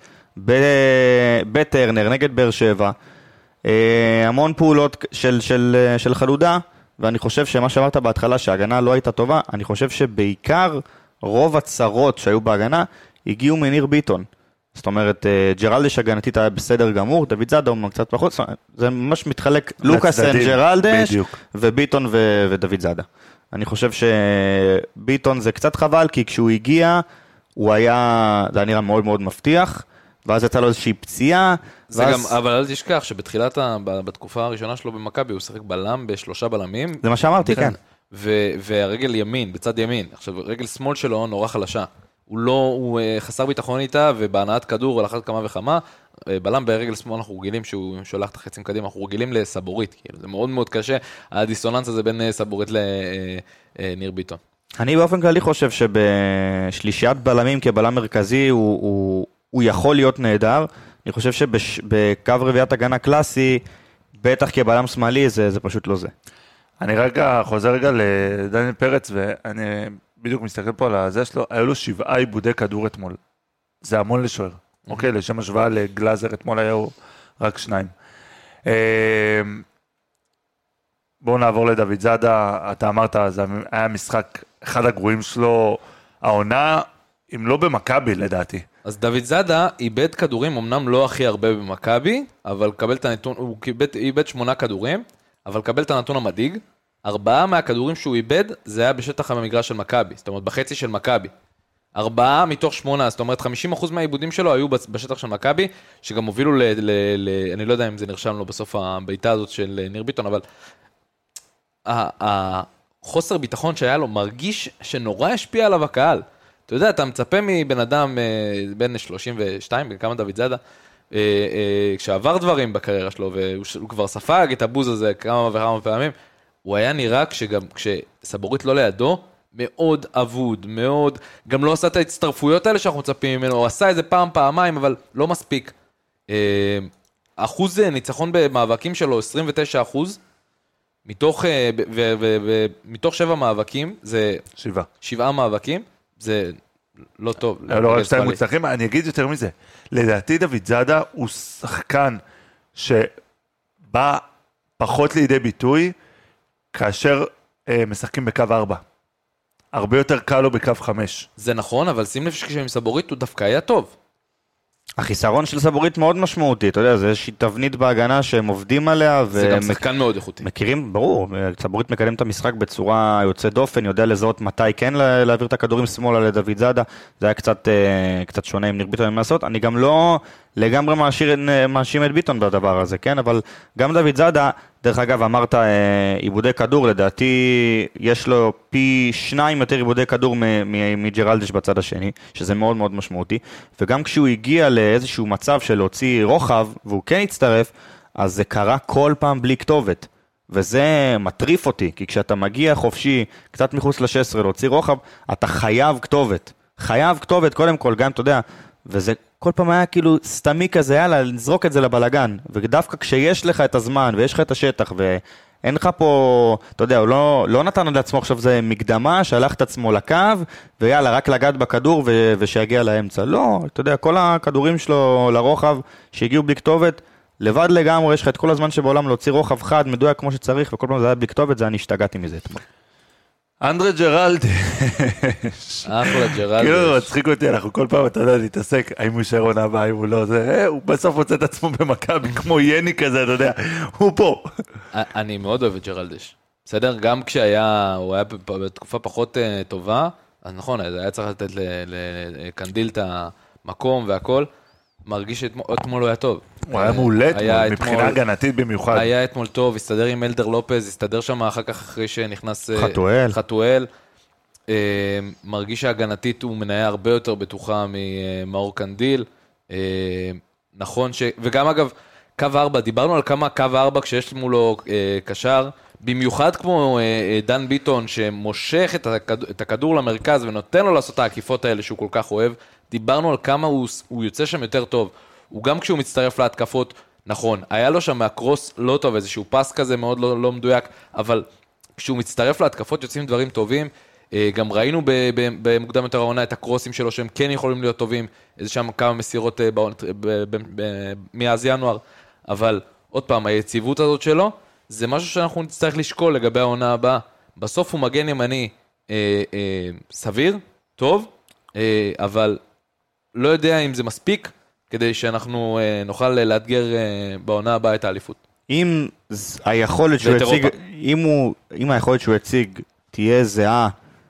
בטרנר נגד באר שבע, המון פעולות של, של, של חלודה, ואני חושב שמה שאמרת בהתחלה שההגנה לא הייתה טובה, אני חושב שבעיקר רוב הצרות שהיו בהגנה הגיעו מניר ביטון. זאת אומרת, ג'רלדש הגנתית היה בסדר גמור, דוד זאדה הוא קצת פחות, זה ממש מתחלק לוקאסן, ג'רלדש, וביטון ו- ודוד זאדה. אני חושב שביטון זה קצת חבל, כי כשהוא הגיע, הוא היה, זה היה נראה מאוד מאוד מבטיח, ואז יצא לו איזושהי פציעה. זה ואז... גם, אבל אל תשכח שבתחילת, ה... בתקופה הראשונה שלו במכבי, הוא שחק בלם בשלושה בלמים. זה מה שאמרתי, כן. ו... והרגל ימין, בצד ימין. עכשיו, רגל שמאל שלו נורא חלשה. הוא לא, הוא חסר ביטחון איתה, ובהנעת כדור על אחת כמה וכמה, בלם ברגל שמאל אנחנו רגילים שהוא שולח את החצים קדימה, אנחנו רגילים לסבורית. כאילו, זה מאוד מאוד קשה, הדיסוננס הזה בין סבורית לניר ביטון. אני באופן כללי חושב שבשלישיית בלמים כבלם מרכזי הוא, הוא, הוא יכול להיות נהדר. אני חושב שבקו רביעיית הגנה קלאסי, בטח כבלם שמאלי, זה, זה פשוט לא זה. אני רגע חוזר רגע לדניאל פרץ, ואני בדיוק מסתכל פה על הזה שלו, היו לו שבעה עיבודי כדור אתמול. זה המון לשוער. אוקיי, לשם השוואה לגלאזר, אתמול היו רק שניים. בואו נעבור לדוד זאדה, אתה אמרת, זה היה משחק אחד הגרועים שלו, העונה, אם לא במכבי לדעתי. אז דוד זאדה איבד כדורים, אמנם לא הכי הרבה במכבי, אבל קבל את הנתון, הוא איבד, איבד שמונה כדורים, אבל קבל את הנתון המדאיג, ארבעה מהכדורים שהוא איבד, זה היה בשטח המגרש של מכבי, זאת אומרת בחצי של מכבי. ארבעה מתוך שמונה, זאת אומרת חמישים אחוז מהעיבודים שלו היו בשטח של מכבי, שגם הובילו ל, ל, ל... אני לא יודע אם זה נרשם לו בסוף הביתה הזאת של ניר ביטון, אבל החוסר ביטחון שהיה לו מרגיש שנורא השפיע עליו הקהל. אתה יודע, אתה מצפה מבן אדם בין שלושים ושתיים, בין כמה דוד זאדה, כשעבר דברים בקריירה שלו, והוא כבר ספג את הבוז הזה כמה וכמה פעמים, הוא היה נראה כשגם, כשסבורית לא לידו, מאוד אבוד, מאוד, גם לא עשה את ההצטרפויות האלה שאנחנו מצפים ממנו, הוא עשה איזה פעם, פעמיים, אבל לא מספיק. אחוז ניצחון במאבקים שלו, עשרים ותשעה אחוז, מתוך, ומתוך שבע מאבקים, זה... שבעה. שבעה מאבקים, זה לא טוב. לא רק שתיים מוצלחים, אני אגיד יותר מזה. לדעתי דוד זאדה הוא שחקן שבא פחות לידי ביטוי, כאשר משחקים בקו ארבע. הרבה יותר קל לו בקו חמש. זה נכון, אבל שים לב שכשהם סבורית הוא דווקא היה טוב. החיסרון של סבורית מאוד משמעותי, אתה יודע, זה איזושהי תבנית בהגנה שהם עובדים עליה. זה גם שחקן מאוד איכותי. מכירים, ברור, סבורית מקדם את המשחק בצורה יוצאת דופן, יודע לזהות מתי כן להעביר את הכדורים שמאלה לדוד זאדה, זה היה קצת, קצת שונה עם ניר ביטון מה לעשות, אני גם לא לגמרי מאשים את ביטון בדבר הזה, כן, אבל גם דוד זאדה, דרך אגב, אמרת עיבודי כדור, לדעתי יש לו פי שניים יותר עיבודי כדור מג'רלדש בצד השני, שזה מאוד מאוד משמעותי, וגם כשהוא הגיע לאיזשהו מצב של להוציא רוחב, והוא כן הצטרף, אז זה קרה כל פעם בלי כתובת, וזה מטריף אותי, כי כשאתה מגיע חופשי, קצת מחוץ ל-שש עשרה להוציא רוחב, אתה חייב כתובת, חייב כתובת קודם כל, גם אתה יודע, וזה כל פעם היה כאילו סתמי כזה, יאללה, לזרוק את זה לבלגן, ודווקא כשיש לך את הזמן, ויש לך את השטח, ואין לך פה, אתה יודע, הוא לא, לא נתן עד לעצמו עכשיו זה מקדמה, שהלך את עצמו לקו, ויאללה, רק לגעת בכדור, ו- ושיגיע לאמצע. לא, אתה יודע, כל הכדורים שלו לרוחב, שהגיעו בלי כתובת, לבד לגמרי, יש לך את כל הזמן שבעולם להוציא רוחב חד, מדויק כמו שצריך, וכל פעם זה היה בלי כתובת, זה אני השתגעתי מזה אתמול. אנדרה ג'רלדש. אחלה ג'רלדש. כאילו, מצחיק אותי, אנחנו כל פעם, אתה יודע, להתעסק, האם הוא שרון הבא, האם הוא לא, זה, הוא בסוף מוצא את עצמו במכבי, כמו יני כזה, אתה יודע, הוא פה. אני מאוד אוהב את ג'רלדש. בסדר? גם כשהיה, הוא היה בתקופה פחות טובה, אז נכון, היה צריך לתת לקנדיל את המקום והכל, מרגיש שאתמול הוא היה טוב. הוא היה מעולה אתמול, מבחינה הגנתית במיוחד. היה אתמול טוב, הסתדר עם אלדר לופז, הסתדר שם אחר כך אחרי שנכנס חתואל. חתואל. מרגיש שהגנתית הוא מנהל הרבה יותר בטוחה ממאור קנדיל. נכון ש... וגם אגב, קו ארבע, דיברנו על כמה קו ארבע כשיש מולו קשר, במיוחד כמו דן ביטון שמושך את הכדור למרכז ונותן לו לעשות את העקיפות האלה שהוא כל כך אוהב. דיברנו על כמה הוא, הוא יוצא שם יותר טוב. הוא גם כשהוא מצטרף להתקפות, נכון, היה לו שם מהקרוס לא טוב, איזשהו פס כזה מאוד לא, לא מדויק, אבל כשהוא מצטרף להתקפות יוצאים דברים טובים. גם ראינו במוקדם יותר העונה את הקרוסים שלו שהם כן יכולים להיות טובים, איזה שם כמה מסירות מאז ינואר, אבל עוד פעם, היציבות הזאת שלו, זה משהו שאנחנו נצטרך לשקול לגבי העונה הבאה. בסוף הוא מגן ימני אה, אה, סביר, טוב, אה, אבל לא יודע אם זה מספיק, כדי שאנחנו אה, נוכל לאתגר אה, בעונה הבאה את האליפות. אם היכולת שהוא הציג, אם, הוא, אם היכולת שהוא הציג תהיה זהה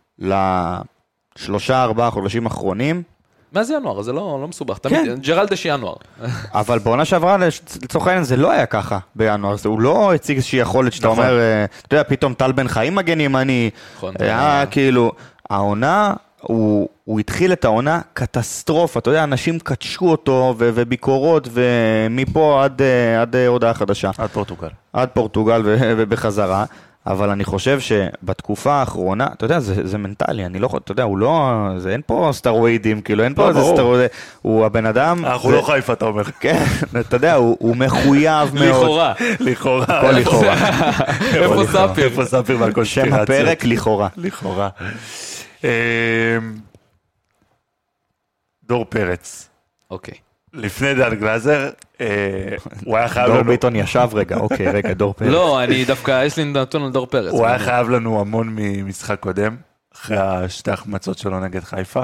לשלושה ארבעה חודשים אחרונים, מה זה ינואר? זה לא, לא מסובך. תמיד, כן. ג'רלדש ינואר. אבל בעונה שעברה, לצורך העניין, זה לא היה ככה בינואר. הוא לא הציג איזושהי יכולת שאתה אומר, אתה יודע, פתאום טל בן חיים מגן ימני. היה כאילו, העונה, הוא, הוא התחיל את העונה קטסטרופה. אתה יודע, אנשים קדשו אותו וביקורות, ומפה עד, עד הודעה חדשה. עד פורטוגל. עד פורטוגל ובחזרה. אבל אני חושב שבתקופה האחרונה, אתה יודע, זה, זה מנטלי, אני לא יכול, אתה יודע, הוא לא, זה, אין פה סטרואידים, כאילו, אין פה איזה סטרואידים, הוא הבן אדם... אנחנו לא חיפה, אתה אומר. כן, אתה יודע, הוא, הוא מחויב מאוד. לכאורה. לכאורה. הכל לכאורה. איפה ספיר? איפה ספיר מהקונספירציה? שם הפרק, לכאורה. לכאורה. דור פרץ. אוקיי. לפני דן גלאזר, הוא היה חייב לנו... דור ביטון ישב רגע, אוקיי, רגע, דור פרץ. לא, אני דווקא, יש לי נתון על דור פרץ. הוא היה חייב לנו המון ממשחק קודם, אחרי השתי החמצות שלו נגד חיפה.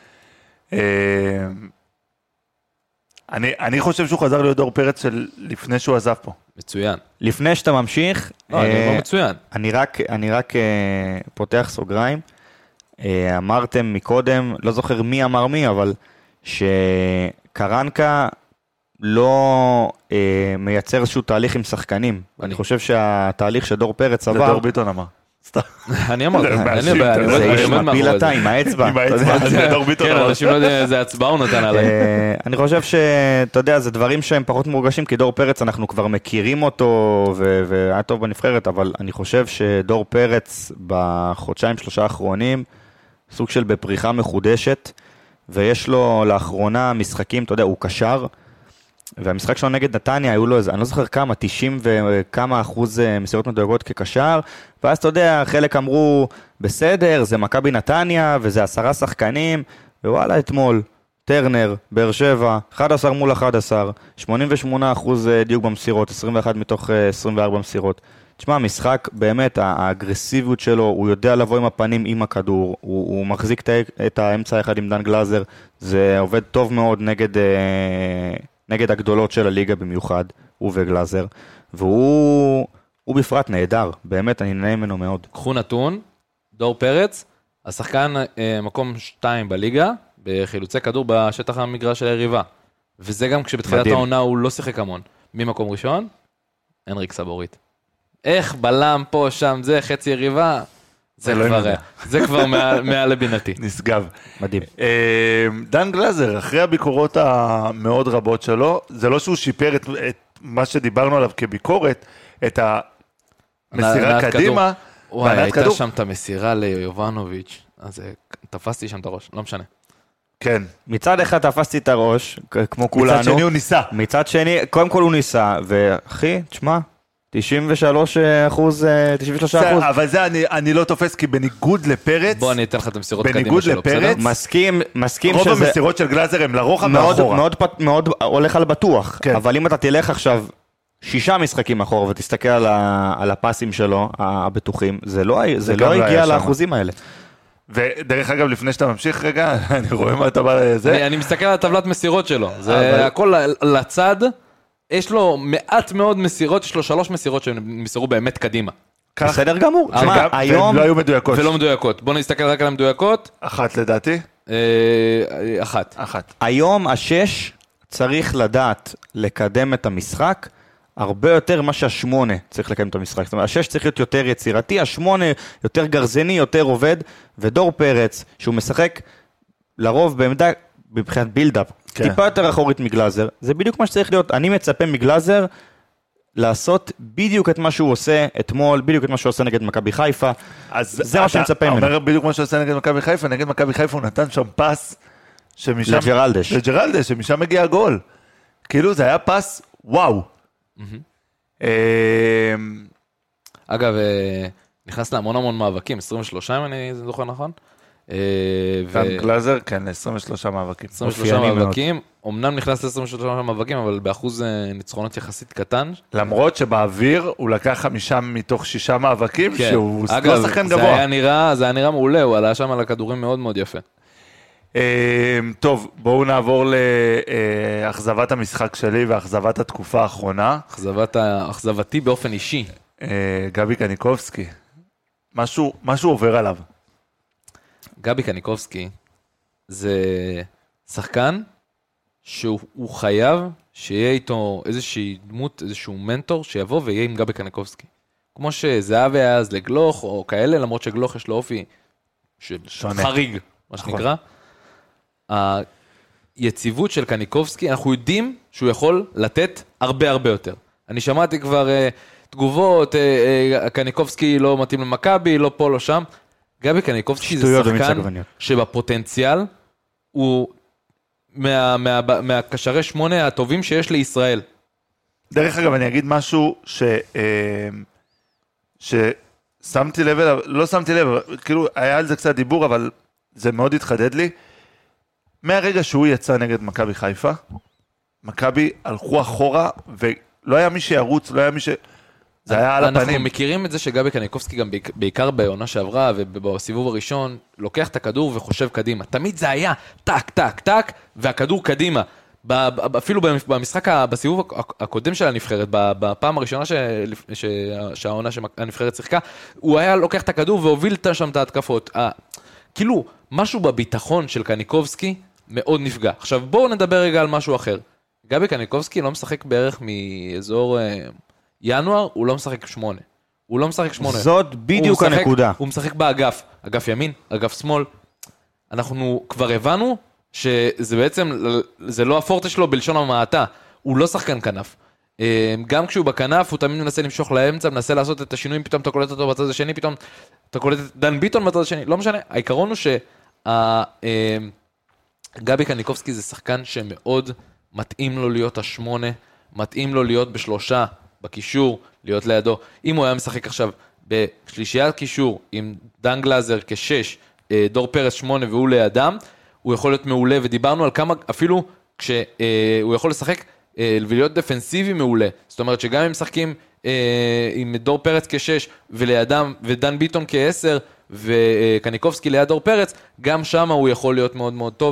אני, אני חושב שהוא חזר להיות דור פרץ של לפני שהוא עזב פה. מצוין. לפני שאתה ממשיך, לא, אני אומר מצוין. אני רק, אני רק פותח סוגריים. אמרתם מקודם, לא זוכר מי אמר מי, אבל שקרנקה לא אה, מייצר איזשהו תהליך עם שחקנים. אני, אני חושב שהתהליך שדור פרץ עבר... זה דור ביטון אמר. אני אמרתי, זה איש מפיל אתה עם האצבע. עם האצבע, זה דור ביטון כן, אמר. אנשים לא יודעים איזה הצבעה הוא נתן עליי. אני חושב שאתה יודע, זה דברים שהם פחות מורגשים, כי דור פרץ אנחנו כבר מכירים אותו, והיה טוב בנבחרת, אבל אני חושב שדור פרץ בחודשיים שלושה האחרונים, סוג של בפריחה מחודשת, ויש לו לאחרונה משחקים, אתה יודע, הוא קשר, והמשחק שלו נגד נתניה, היו לו איזה, אני לא זוכר כמה, תשעים וכמה אחוז מסירות מדויקות כקשר, ואז אתה יודע, חלק אמרו, בסדר, זה מכבי נתניה, וזה עשרה שחקנים, ווואלה, אתמול, טרנר, באר שבע, אחד עשר מול אחד עשר, שמונים ושמונה אחוז דיוק במסירות, עשרים ואחת מתוך עשרים וארבע מסירות. תשמע, המשחק, באמת, האגרסיביות שלו, הוא יודע לבוא עם הפנים עם הכדור, הוא, הוא מחזיק את האמצע אחד עם דן גלאזר, זה עובד טוב מאוד נגד... נגד הגדולות של הליגה במיוחד, הוא וגלאזר, והוא הוא בפרט נהדר, באמת אני נהנה ממנו מאוד. קחו נתון, דור פרץ, השחקן אה, מקום שתיים בליגה, בחילוצי כדור בשטח המגרש של היריבה, וזה גם כשבתחילת מדהים. העונה הוא לא שיחק המון. ממקום ראשון, הנריק סבורית. איך בלם פה, שם, זה חצי יריבה, זה כבר, זה כבר מעל לבינתי. נשגב. מדהים. דן גלאזר, אחרי הביקורות המאוד רבות שלו, זה לא שהוא שיפר את, את מה שדיברנו עליו כביקורת, את המסירה קדימה. וואי, הייתה שם את המסירה ליובנוביץ', אז תפסתי שם את הראש, לא משנה. כן. מצד אחד תפסתי את הראש, כמו כולנו. מצד שני הוא ניסה. מצד שני, קודם כל הוא ניסה, ואחי, תשמע, תשעים ושלושה אחוז, תשעים ושלושה אחוז. אבל זה אני, אני לא תופס, כי בניגוד לפרץ... בוא אני אתן לך את המסירות קדימה שלו, בסדר? מסכים, מסכים רוב שזה... רוב המסירות של גלאזר הם לרוחב מאוד, מאחורה. מאוד, מאוד, מאוד הולך על בטוח. כן. אבל אם אתה תלך עכשיו שישה משחקים אחורה, ותסתכל על, ה, על הפסים שלו, הבטוחים, זה לא, זה זה לא הגיע לאחוזים האלה. ודרך אגב, לפני שאתה ממשיך רגע, אני רואה מה אתה בא לזה. אני, אני מסתכל על הטבלת מסירות שלו. זה אבל... הכל לצד... יש לו מעט מאוד מסירות, יש לו שלוש מסירות שמסירו באמת קדימה. בסדר גמור. היום... ולא היו מדויקות. ולא מדויקות. בוא נסתכל רק על המדויקות. אחת לדעתי. אחת. אחת. היום השש צריך לדעת לקדם את המשחק, הרבה יותר מה שהשמונה צריך לקדם את המשחק. זאת אומרת, השש צריך להיות יותר יצירתי, השמונה יותר גרזני, יותר עובד, ודור פרץ, שהוא משחק לרוב בעמדה... מבחינת בילדאפ, כן. טיפה יותר אחורית מגלאזר, זה בדיוק מה שצריך להיות. אני מצפה מגלאזר לעשות בדיוק את מה שהוא עושה אתמול, בדיוק את מה שהוא עושה נגד מכבי חיפה, זה מה שאני מצפה ממנו. אתה אומר בדיוק מה שהוא עושה נגד מכבי חיפה, נגד מכבי חיפה הוא נתן שם פס, שמשם... לג'רלדש. לג'רלדש, שמשם מגיע הגול. כאילו זה היה פס, וואו. אגב, נכנס להמון המון מאבקים, עשרים ושלושה אם אני זוכר נכון? דן גלאזר, כן, עשרים ושלושה מאבקים. עשרים ושלושה מאבקים, אמנם נכנס ל-עשרים ושלושה מאבקים, אבל באחוז ניצחונות יחסית קטן. למרות שבאוויר הוא לקח חמישה מתוך שישה מאבקים, שהוא לא שחקן גבוה. אגב, זה היה נראה מעולה, הוא עלה שם על הכדורים מאוד מאוד יפה. טוב, בואו נעבור לאכזבת המשחק שלי ואכזבת התקופה האחרונה. אכזבתי באופן אישי. גבי קניקובסקי. משהו עובר עליו. גבי קניקובסקי זה שחקן שהוא חייב שיהיה איתו איזושהי דמות, איזשהו מנטור שיבוא ויהיה עם גבי קניקובסקי. כמו שזהב היה אז לגלוך או כאלה, למרות שגלוך יש לו אופי של חריג, מה שנקרא. היציבות של קניקובסקי, אנחנו יודעים שהוא יכול לתת הרבה הרבה יותר. אני שמעתי כבר תגובות, קניקובסקי לא מתאים למכבי, לא פה, לא שם. גבי קניקובסקי זה שחקן שבפוטנציאל הוא מה, מה, מהקשרי שמונה הטובים שיש לישראל. דרך אגב, אני אגיד משהו ש, ששמתי לב, לא שמתי לב, כאילו היה על זה קצת דיבור, אבל זה מאוד התחדד לי. מהרגע שהוא יצא נגד מכבי חיפה, מכבי הלכו אחורה, ולא היה מי שירוץ, לא היה מי ש... זה היה על אנחנו הפנים. מכירים את זה שגבי קניקובסקי גם בעיקר בעונה שעברה ובסיבוב הראשון, לוקח את הכדור וחושב קדימה. תמיד זה היה טק, טק, טק, והכדור קדימה. אפילו במשחק, בסיבוב הקודם של הנבחרת, בפעם הראשונה שהעונה שהנבחרת שיחקה, הוא היה לוקח את הכדור והוביל שם את ההתקפות. כאילו, משהו בביטחון של קניקובסקי מאוד נפגע. עכשיו בואו נדבר רגע על משהו אחר. גבי קניקובסקי לא משחק בערך מאזור ינואר, הוא לא משחק שמונה. הוא לא משחק שמונה. זאת בדיוק הנקודה. הוא משחק באגף, אגף ימין, אגף שמאל. אנחנו כבר הבנו שזה בעצם, זה לא הפורטה שלו בלשון המעטה. הוא לא שחקן כנף. גם כשהוא בכנף, הוא תמיד מנסה למשוך לאמצע, מנסה לעשות את השינויים, פתאום אתה קולט אותו בצד השני, פתאום אתה קולט את דן ביטון בצד השני. לא משנה, העיקרון הוא שגבי קניקובסקי זה שחקן שמאוד מתאים לו להיות השמונה, מתאים לו להיות בשלושה, בקישור, להיות לידו. אם הוא היה משחק עכשיו בשלישיית קישור עם דן גלאזר כשש, דור פרס שמונה והוא לידם, הוא יכול להיות מעולה, ודיברנו על כמה, אפילו כשהוא יכול לשחק ולהיות דפנסיבי מעולה. זאת אומרת שגם אם משחקים עם דור פרץ כשש ולידם ודן ביטון כעשר וקניקובסקי ליד דור פרץ, גם שם הוא יכול להיות מאוד מאוד טוב.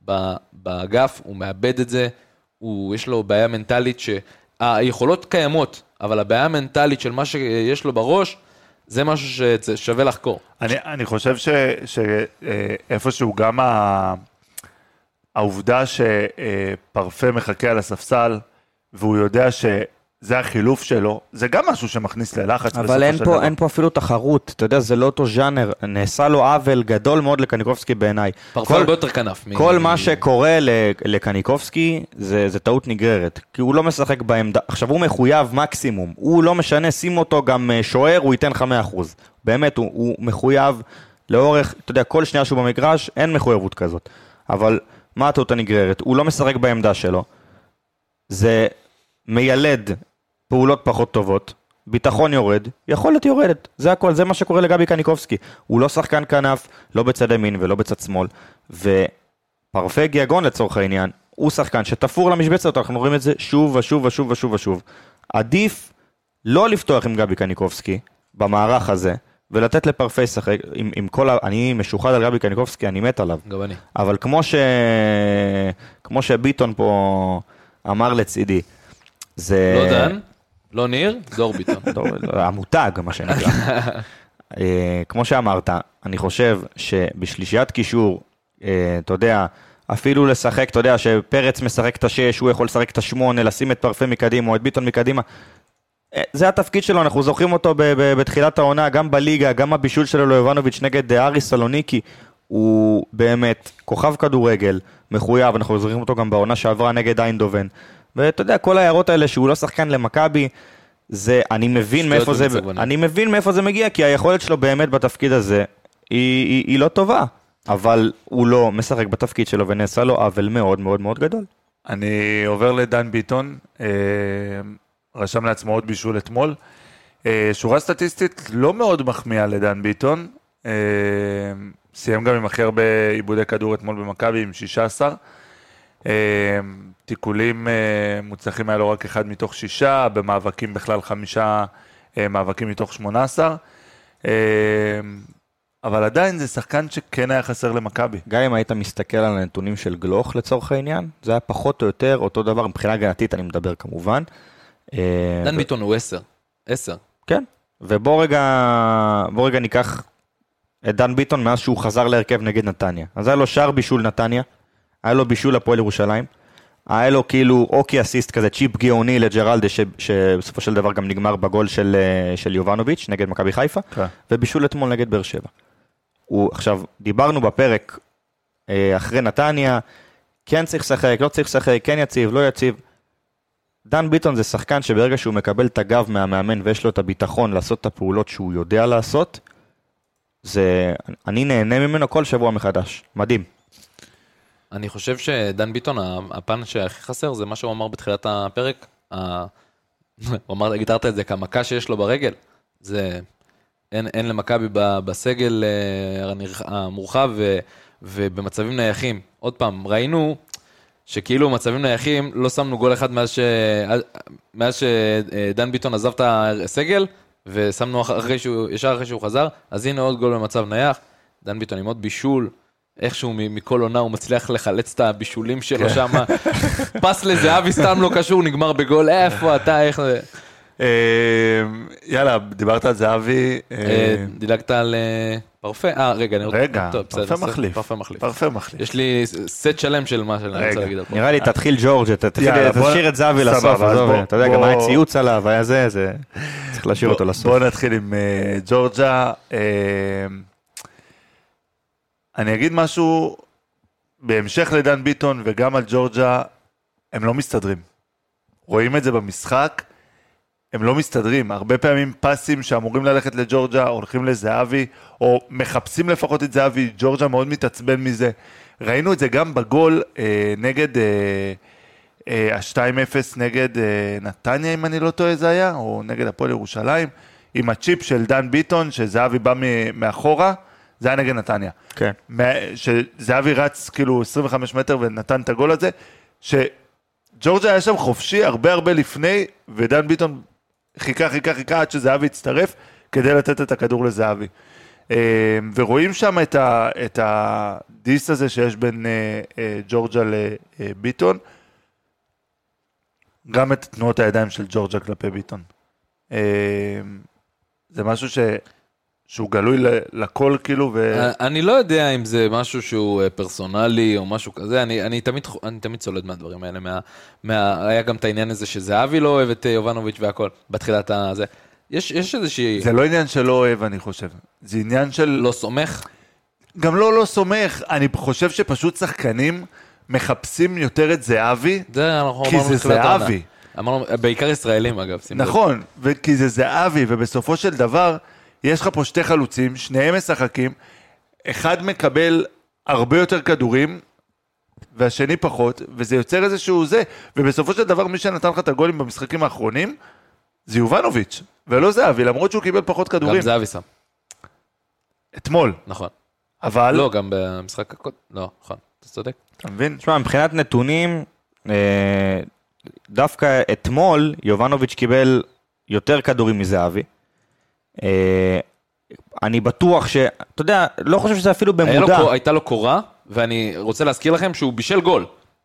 באגף הוא מאבד את זה, הוא, יש לו בעיה מנטלית שהיכולות קיימות, אבל הבעיה המנטלית של מה שיש לו בראש, זה משהו ששווה לחקור. אני, אני חושב ש, שאיפשהו גם ה, העובדה שפרפה מחכה על הספסל, והוא יודע שזה החילוף שלו, זה גם משהו שמכניס ללחץ. אבל אין פה, אין פה אפילו תחרות, אתה יודע, זה לא אותו ז'אנר, נעשה לו עוול גדול מאוד לקניקובסקי בעיניי. פרפה הרבה יותר כנף. כל מ... מה שקורה לקניקובסקי זה, זה טעות נגררת, כי הוא לא משחק בעמדה, עכשיו הוא מחויב מקסימום, הוא לא משנה, שים אותו גם שוער, הוא ייתן לך מאה אחוז. באמת, הוא, הוא מחויב לאורך, אתה יודע, כל שנייה שהוא במגרש, אין מחויבות כזאת. אבל מה הטעות הנגררת? הוא לא משחק בעמדה שלו, זה מיילד פעולות פחות טובות, ביטחון יורד, יכולת יורדת, זה הכל, זה מה שקורה לגבי קניקובסקי. הוא לא שחקן כנף, לא בצד ימין ולא בצד שמאל, ופרפה גיאגון לצורך העניין, הוא שחקן שתפור למשבצת, אנחנו רואים את זה שוב ושוב ושוב ושוב ושוב. עדיף לא לפתוח עם גבי קניקובסקי במערך הזה, ולתת לפרפה שחק, עם, עם כל ה... אני משוחד על גבי קניקובסקי, אני מת עליו. גם אני. אבל כמו ש... כמו שביטון פה אמר לצידי, זה... לא דן, לא ניר, דור ביטון. המותג, מה שנקרא. כמו שאמרת, אני חושב שבשלישיית קישור, אתה יודע, אפילו לשחק, אתה יודע, שפרץ משחק את השש, הוא יכול לשחק את השמונה, לשים את פרפה מקדימה או את ביטון מקדימה, זה התפקיד שלו, אנחנו זוכרים אותו בתחילת העונה, גם בליגה, גם הבישול שלו ליובנוביץ' נגד אריס סלוניקי, הוא באמת כוכב כדורגל, מחויב, אנחנו זוכרים אותו גם בעונה שעברה נגד איינדובן, ואתה יודע, כל ההערות האלה שהוא לא שחקן למכבי, זה, אני מבין מאיפה זה, אני מבין מאיפה זה מגיע, כי היכולת שלו באמת בתפקיד הזה, היא, היא, היא לא טובה, אבל הוא לא משחק בתפקיד שלו, ונעשה לו עוול מאוד מאוד מאוד גדול. אני עובר לדן ביטון, רשם לעצמו עוד בישול אתמול, שורה סטטיסטית לא מאוד מחמיאה לדן ביטון, סיים גם עם הכי הרבה עיבודי כדור אתמול במכבי עם שישה עשר, תיקולים מוצלחים היה לו רק אחד מתוך שישה, במאבקים בכלל חמישה מאבקים מתוך שמונה עשר, אבל עדיין זה שחקן שכן היה חסר למכבי. גם אם היית מסתכל על הנתונים של גלוך לצורך העניין, זה היה פחות או יותר אותו דבר, מבחינה הגנתית אני מדבר כמובן. דן ביטון הוא עשר, עשר. כן, ובוא רגע, בוא רגע ניקח את דן ביטון מאז שהוא חזר להרכב נגד נתניה. אז היה לו שער בישול נתניה, היה לו בישול הפועל ירושלים, היה לו כאילו אוקי אסיסט כזה, צ'יפ גאוני לג'רלדה, ש, שבסופו של דבר גם נגמר בגול של, של יובנוביץ' נגד מכבי חיפה, okay. ובישול אתמול נגד באר שבע. הוא, עכשיו, דיברנו בפרק אחרי נתניה, כן צריך לשחק, לא צריך לשחק, כן יציב, לא יציב. דן ביטון זה שחקן שברגע שהוא מקבל את הגב מהמאמן ויש לו את הביטחון לעשות את הפעולות שהוא יודע לעשות, זה, אני נהנה ממנו כל שבוע מחדש. מדהים. אני חושב שדן ביטון, הפן שהכי חסר, זה מה שהוא אמר בתחילת הפרק. הוא אמר, גיתרת את זה, כמכה שיש לו ברגל. זה, אין, אין למכבי בסגל המורחב ובמצבים נייחים. עוד פעם, ראינו שכאילו מצבים נייחים, לא שמנו גול אחד מאז, ש... מאז שדן ביטון עזב את הסגל, ושמנו אחרי שהוא, ישר אחרי שהוא חזר, אז הנה עוד גול במצב נייח, דן ביטון עם עוד בישול, איכשהו מכל עונה הוא מצליח לחלץ את הבישולים שלו שם, פס לזהבי סתם לא קשור, נגמר בגול, איפה אתה, איך זה? יאללה, דיברת על זהבי. דילגת על פרפה, אה רגע, רגע, פרפה מחליף. פרפה מחליף. יש לי סט שלם של מה שאני רוצה להגיד על פרפה. נראה לי, תתחיל ג'ורג', תשאיר את זהבי לסוף, אתה יודע, גם היה ציוץ עליו, היה זה, זה צריך להשאיר אותו לסוף. בואו נתחיל עם ג'ורג'ה. אני אגיד משהו, בהמשך לדן ביטון וגם על ג'ורג'ה, הם לא מסתדרים. רואים את זה במשחק, הם לא מסתדרים. הרבה פעמים פסים שאמורים ללכת לג'ורג'ה, הולכים לזהבי, או מחפשים לפחות את זהבי, ג'ורג'ה מאוד מתעצבן מזה. ראינו את זה גם בגול אה, נגד אה, אה, ה-שתיים אפס נגד אה, נתניה, אם אני לא טועה זה היה, או נגד הפועל ירושלים, עם הצ'יפ של דן ביטון, שזהבי בא מאחורה, זה היה נגד נתניה. כן. שזהבי רץ כאילו עשרים וחמישה מטר ונתן את הגול הזה, שג'ורג'ה היה שם חופשי הרבה הרבה לפני, ודן ביטון חיכה, חיכה, חיכה עד שזהבי הצטרף, כדי לתת את הכדור לזהבי. ורואים שם את, ה, את הדיס הזה שיש בין ג'ורג'ה לביטון, גם את תנועות הידיים של ג'ורג'ה כלפי ביטון. זה משהו ש... שהוא גלוי לכל כאילו ו... אני לא יודע אם זה משהו שהוא פרסונלי או משהו כזה, אני, אני, תמיד, אני תמיד צולד מהדברים האלה, מה, מה, היה גם את העניין הזה שזהבי לא אוהב את יובנוביץ' והכל, בתחילת הזה. יש, יש איזושהי... זה לא עניין שלא אוהב, אני חושב. זה עניין של... לא סומך? גם לא לא סומך, אני חושב שפשוט שחקנים מחפשים יותר את זהבי, זה אנחנו כי זה זהבי. אמרנו, בעיקר ישראלים אגב. נכון, כי זה זהבי, ובסופו של דבר... יש לך פה שתי חלוצים, שניהם משחקים, אחד מקבל הרבה יותר כדורים, והשני פחות, וזה יוצר איזשהו זה, ובסופו של דבר מי שנתן לך את הגולים במשחקים האחרונים, זה יובנוביץ', ולא זהבי, למרות שהוא קיבל פחות כדורים. גם זהבי שם. אתמול. נכון. אבל... לא, גם במשחק הקוד, לא, נכון, אתה צודק. אתה מבין? תשמע, מבחינת נתונים, דווקא אתמול, יובנוביץ' קיבל יותר כדורים מזהבי, אני בטוח ש... אתה יודע, לא חושב שזה אפילו במודע. הייתה לו קורה, ואני רוצה להזכיר לכם שהוא בישל גול.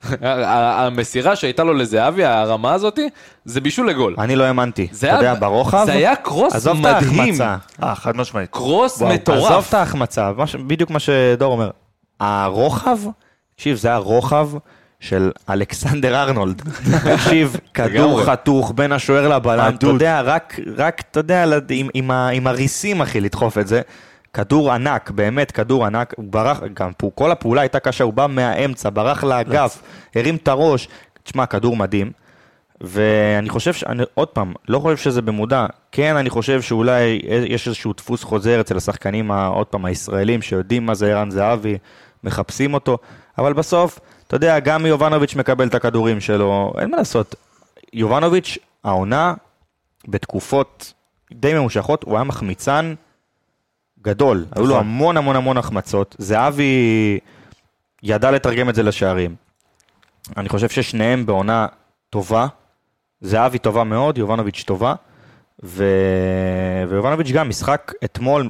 המסירה שהייתה לו לזהבי, הרמה הזאת, זה בישול לגול. אני לא האמנתי. אתה יודע, ברוחב... זה היה קרוס מדהים. אה, חד משמעית. קרוס מטורף. עזוב את ההחמצה, בדיוק מה שדור אומר. הרוחב, תקשיב, זה היה רוחב של אלכסנדר ארנולד. תקשיב, כדור חתוך בין השוער לבלם, אתה יודע, רק, רק, אתה יודע, עם, עם, עם הריסים, אחי, לדחוף את זה. כדור ענק, באמת כדור ענק, הוא ברח, גם פה, כל הפעולה הייתה קשה, הוא בא מהאמצע, ברח לאגף, הרים את הראש, תשמע, כדור מדהים, ואני חושב, שאני, עוד פעם, לא חושב שזה במודע, כן, אני חושב שאולי יש איזשהו דפוס חוזר אצל השחקנים, עוד פעם, הישראלים, שיודעים מה זה ערן זהבי, מחפשים אותו, אבל בסוף, אתה יודע, גם יובנוביץ' מקבל את הכדורים שלו, אין מה לעשות. יובנוביץ', העונה, בתקופות די ממושכות, הוא היה מחמיצן גדול. היו לו המון המון המון החמצות. זהבי ידע לתרגם את זה לשערים. אני חושב ששניהם בעונה טובה. זהבי טובה מאוד, יובנוביץ' טובה. ו... ויובנוביץ' גם משחק אתמול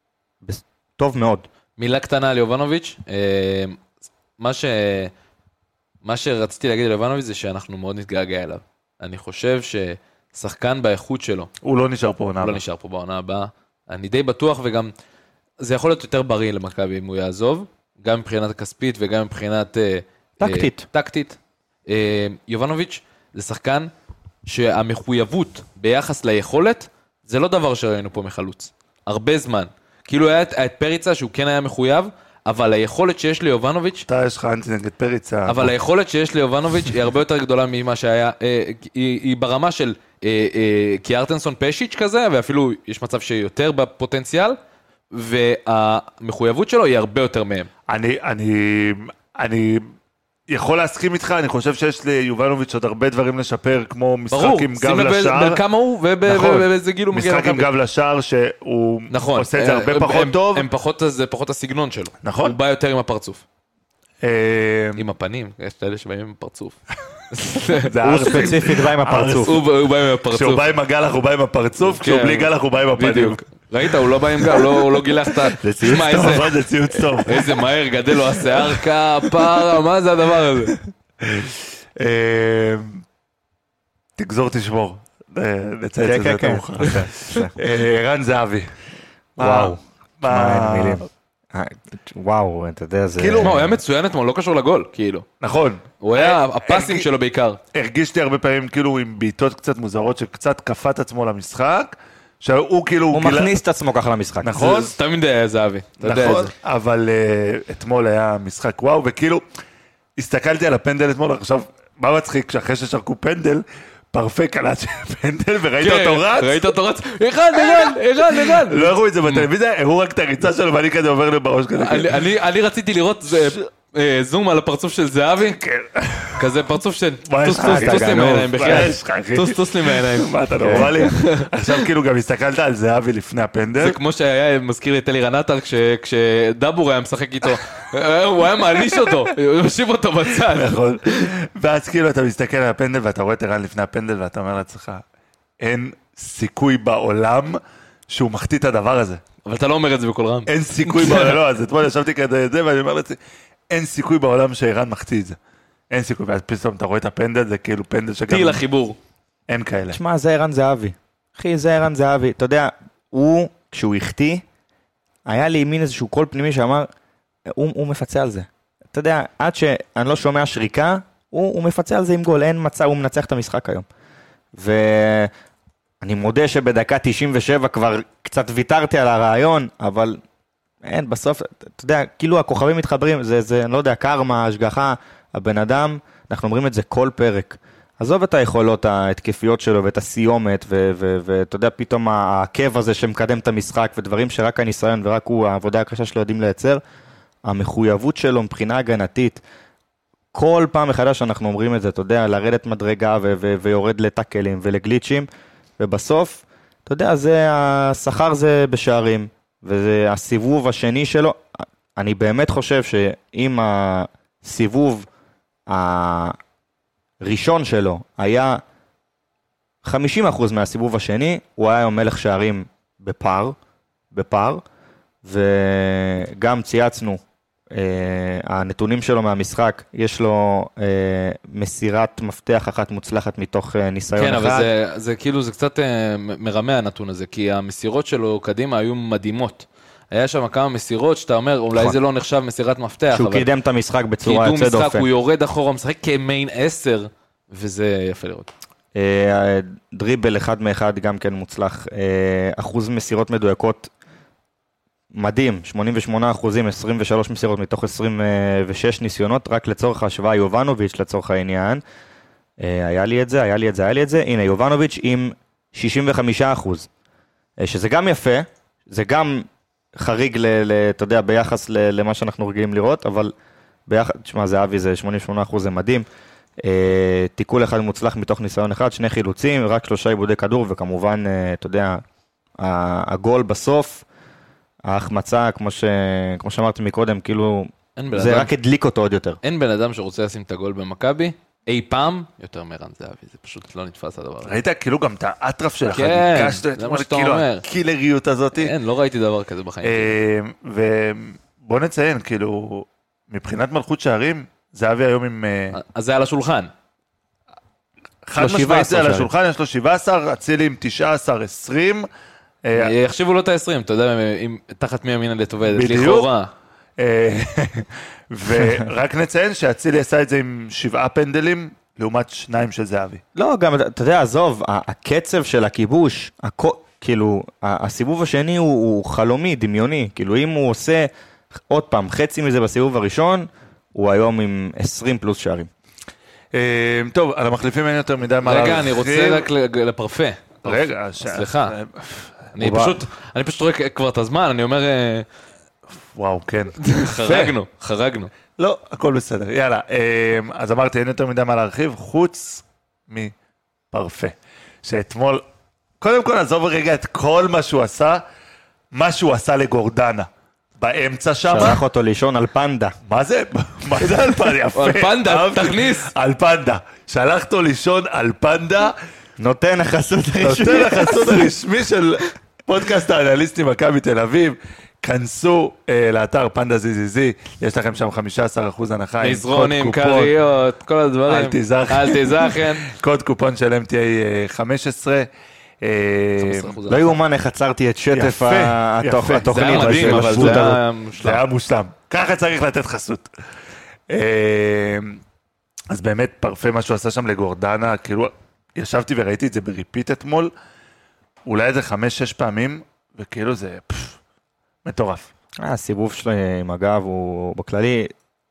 טוב מאוד. מילה קטנה על יובנוביץ'. מה ש... מה שרציתי להגיד על יובנוביץ' זה שאנחנו מאוד נתגעגע אליו. אני חושב ששחקן באיכות שלו... הוא לא נשאר פה בעונה הבאה. הוא לא נשאר פה בעונה הבאה. אני די בטוח, וגם זה יכול להיות יותר בריא למכבי אם הוא יעזוב, גם מבחינת הכספית וגם מבחינת... טקטית. טקטית. יובנוביץ' זה שחקן שהמחויבות ביחס ליכולת, זה לא דבר שראינו פה מחלוץ. הרבה זמן. כאילו היה את פריצה שהוא כן היה מחויב, אבל היכולת שיש ליובנוביץ' אתה יש לך אנטי נגד פריצה. אבל היכולת שיש ליובנוביץ' היא הרבה יותר גדולה ממה שהיה, היא ברמה של קיארטנסון פשיץ' כזה, ואפילו יש מצב שיותר בפוטנציאל, והמחויבות שלו היא הרבה יותר מהם. אני, אני, אני יכול להסכים איתך, אני חושב שיש ליובנוביץ' עוד הרבה דברים לשפר, כמו משחק עם גב לשער. ברור, כמה הוא, ובאיזה גיל הוא מגיע. משחק עם גב לשער שהוא עושה את זה הרבה פחות טוב. הם פחות, זה פחות הסגנון שלו. נכון. הוא בא יותר עם הפרצוף. עם הפנים, יש את אלה שבאים עם הפרצוף. הוא ספציפית בא עם הפרצוף. הוא בא עם הפרצוף. כשהוא בא עם הגלח הוא בא עם הפרצוף, כשהוא בלי גלח הוא בא עם הפנים. בדיוק. ראית, הוא לא בא עם גל, הוא לא גילח את ה... זה ציוץ טוב, זה ציוץ טוב. איזה מהר גדל לו השיער כפרה, מה זה הדבר הזה? תגזור תשמור. נצא את זה יותר מאוחר. רן זהבי. וואו. מה אין מילים. וואו, אתה יודע, זה... כאילו, הוא היה מצוין אתמול, לא קשור לגול, כאילו. נכון. הוא היה, הפסים שלו בעיקר. הרגישתי הרבה פעמים כאילו עם בעיטות קצת מוזרות, שקצת קפת עצמו למשחק, שהוא כאילו... הוא מכניס את עצמו ככה למשחק. נכון? זה תמיד היה זהבי, אתה יודע את נכון, זה. אבל אתמול היה משחק וואו, וכאילו, הסתכלתי על הפנדל אתמול, עכשיו, מה מצחיק, שאחרי ששרקו פנדל, פרפה קלט פנדל, וראית אותו רץ? ראית אותו רץ? אחד, אחד, אחד, אחד. לא הראו את זה בטלוויזיה, הראו רק את הריצה שלו, ואני כזה עובר לו בראש כזה. אני רציתי לראות זום על הפרצוף של זהבי, כזה פרצוף של טוס טוס טוס לי מהעיניים, בכלל. טוס טוס לי מהעיניים. מה אתה נורמלי? עכשיו כאילו גם הסתכלת על זהבי לפני הפנדל. זה כמו שהיה מזכיר את אלירן עטר, כשדבור היה משחק איתו, הוא היה מעניש אותו, הוא יושיב אותו בצד. נכון. ואז כאילו אתה מסתכל על הפנדל ואתה רואה את ערן לפני הפנדל ואתה אומר לעצמך, אין סיכוי בעולם שהוא מחטיא את הדבר הזה. אבל אתה לא אומר את זה בכל רם. אין סיכוי בעולם, לא, אז אתמול ישבתי כזה את זה ואני אומר לעצמי, אין סיכוי בעולם שערן מחטיא את זה. אין סיכוי, ואז פתאום אתה רואה את הפנדל, זה כאילו פנדל שגם... טיל החיבור. אין כאלה. תשמע, זה ערן זהבי. אחי, זה ערן זהבי. אתה יודע, הוא, כשהוא החטיא, היה לי מין איזשהו קול פנימי שאמר, הוא, הוא מפצה על זה. אתה יודע, עד שאני לא שומע שריקה, הוא, הוא מפצה על זה עם גול, אין מצע, הוא מנצח את המשחק היום. ואני מודה שבדקה תשעים ושבע כבר קצת ויתרתי על הרעיון, אבל אין, בסוף, אתה יודע, כאילו הכוכבים מתחברים, זה, זה, אני לא יודע, קרמה, השגחה, הבן אדם, אנחנו אומרים את זה כל פרק. עזוב את היכולות ההתקפיות שלו ואת הסיומת, ואתה יודע, פתאום העקב הזה שמקדם את המשחק, ודברים שרק הניסיון ורק הוא, העבודה הקשה שלו יודעים לייצר, המחויבות שלו מבחינה הגנתית, כל פעם מחדש אנחנו אומרים את זה, אתה יודע, לרדת מדרגה ו- ו- ויורד לטאקלים ולגליצ'ים, ובסוף, אתה יודע, זה, השכר זה בשערים, וזה הסיבוב השני שלו, אני באמת חושב שאם הסיבוב הראשון שלו היה חמישים אחוז מהסיבוב השני, הוא היה היום מלך שערים בפאר, בפאר, וגם צייצנו, Uh, הנתונים שלו מהמשחק, יש לו uh, מסירת מפתח אחת מוצלחת מתוך uh, ניסיון כן, אחד. כן, אבל זה, זה כאילו, זה קצת uh, מרמה הנתון הזה, כי המסירות שלו קדימה היו מדהימות. היה שם כמה מסירות שאתה אומר, אולי זה לא נחשב מסירת מפתח, שהוא קידם את המשחק בצורה יוצא דופן. קידום משחק, הוא יורד אחורה, משחק כמיין עשר, וזה יפה לראות. Uh, דריבל אחד מאחד גם כן מוצלח, uh, אחוז מסירות מדויקות, מדהים, שמונים ושמונה אחוזים, עשרים ושלוש מסירות מתוך עשרים ושש ניסיונות, רק לצורך ההשוואה יובנוביץ' לצורך העניין. היה לי את זה, היה לי את זה, היה לי את זה. הנה, יובנוביץ' עם שישים וחמישה אחוז, שזה גם יפה, זה גם חריג, ל, ל, אתה יודע, ביחס ל, למה שאנחנו רגילים לראות, אבל ביחס, תשמע, זה אבי, זה שמונים ושמונה אחוז, זה מדהים. תיקול אחד מוצלח מתוך ניסיון אחד, שני חילוצים, רק שלושה עיבודי כדור, וכמובן, אתה יודע, הגול בסוף, ההחמצה, כמו, ש... כמו שאמרתי מקודם, כאילו, זה אדם, רק הדליק אותו עוד יותר. אין בן אדם שרוצה לשים את הגול במכבי, אי פעם, יותר מרן זהבי, זה פשוט לא נתפס הדבר. ראית כאילו גם את האטרף שלך, כן, זה מה שאתה כאילו אומר. הקילריות הזאת. אין, לא ראיתי דבר כזה בחיים. ובוא נציין, כאילו, מבחינת מלכות שערים, זהבי היום עם... אז זה על השולחן. חד משמעית זה על השולחן, יש לו שבע עשרה, אצילי עם תשע עשרה עשרים, יחשיבו לו את ה-עשרים, אתה יודע, תחת מי המינה לטובדת, בדיוק. לכאורה. ורק נציין שאצילי עשה את זה עם שבעה פנדלים, לעומת שניים של זהבי. לא, גם, אתה יודע, עזוב, הקצב של הכיבוש, כאילו, הסיבוב השני הוא, הוא חלומי, דמיוני, כאילו, אם הוא עושה עוד פעם חצי מזה בסיבוב הראשון, הוא היום עם עשרים פלוס שערים. טוב, על המחליפים אין יותר מדי מה להרחיב. רגע, אני רוצה רק לפרפה. רגע, סליחה. אני פשוט, אני פשוט רואה כבר את הזמן, אני אומר... וואו, כן. חרגנו, חרגנו. לא, הכל בסדר. יאללה, אז אמרתי, אין יותר מדי מה להרחיב, חוץ מפרפה. שאתמול, קודם כל נעזוב רגע את כל מה שהוא עשה, מה שהוא עשה לגורדנה. באמצע שם. שלח אותו לישון על פנדה. מה זה? מה זה על פנדה? יפה. על פנדה, אהבתי. תכניס. על פנדה. שלח אותו לישון על פנדה, נותן החסות רשמי. נותן החסות הרשמי של פודקאסט האנליסטים מכבי תל אביב. כנסו אה, לאתר פנדה זיזיזי, יש לכם שם חמישה עשר אחוז הנחה. עם מזרונים, קוד קופון. קריות, כל הדברים. אל תיזכן. אל תיזכן. קוד קופון של אם טי איי חמש עשרה. אה, לא יאומן איך עצרתי את שטף יפה, התוכ- יפה. התוכנית. זה היה מדהים, של אבל השבות זה הזאת. היה זה מושלם. היה מושלם. ככה צריך לתת חסות. אה, אז באמת פרפה מה שהוא עשה שם לגורדנה, כאילו ישבתי וראיתי את זה בריפיט אתמול, אולי איזה חמש, שש פעמים, וכאילו זה פף, מטורף. אה, הסיבוב שלו עם הגב הוא בכללי,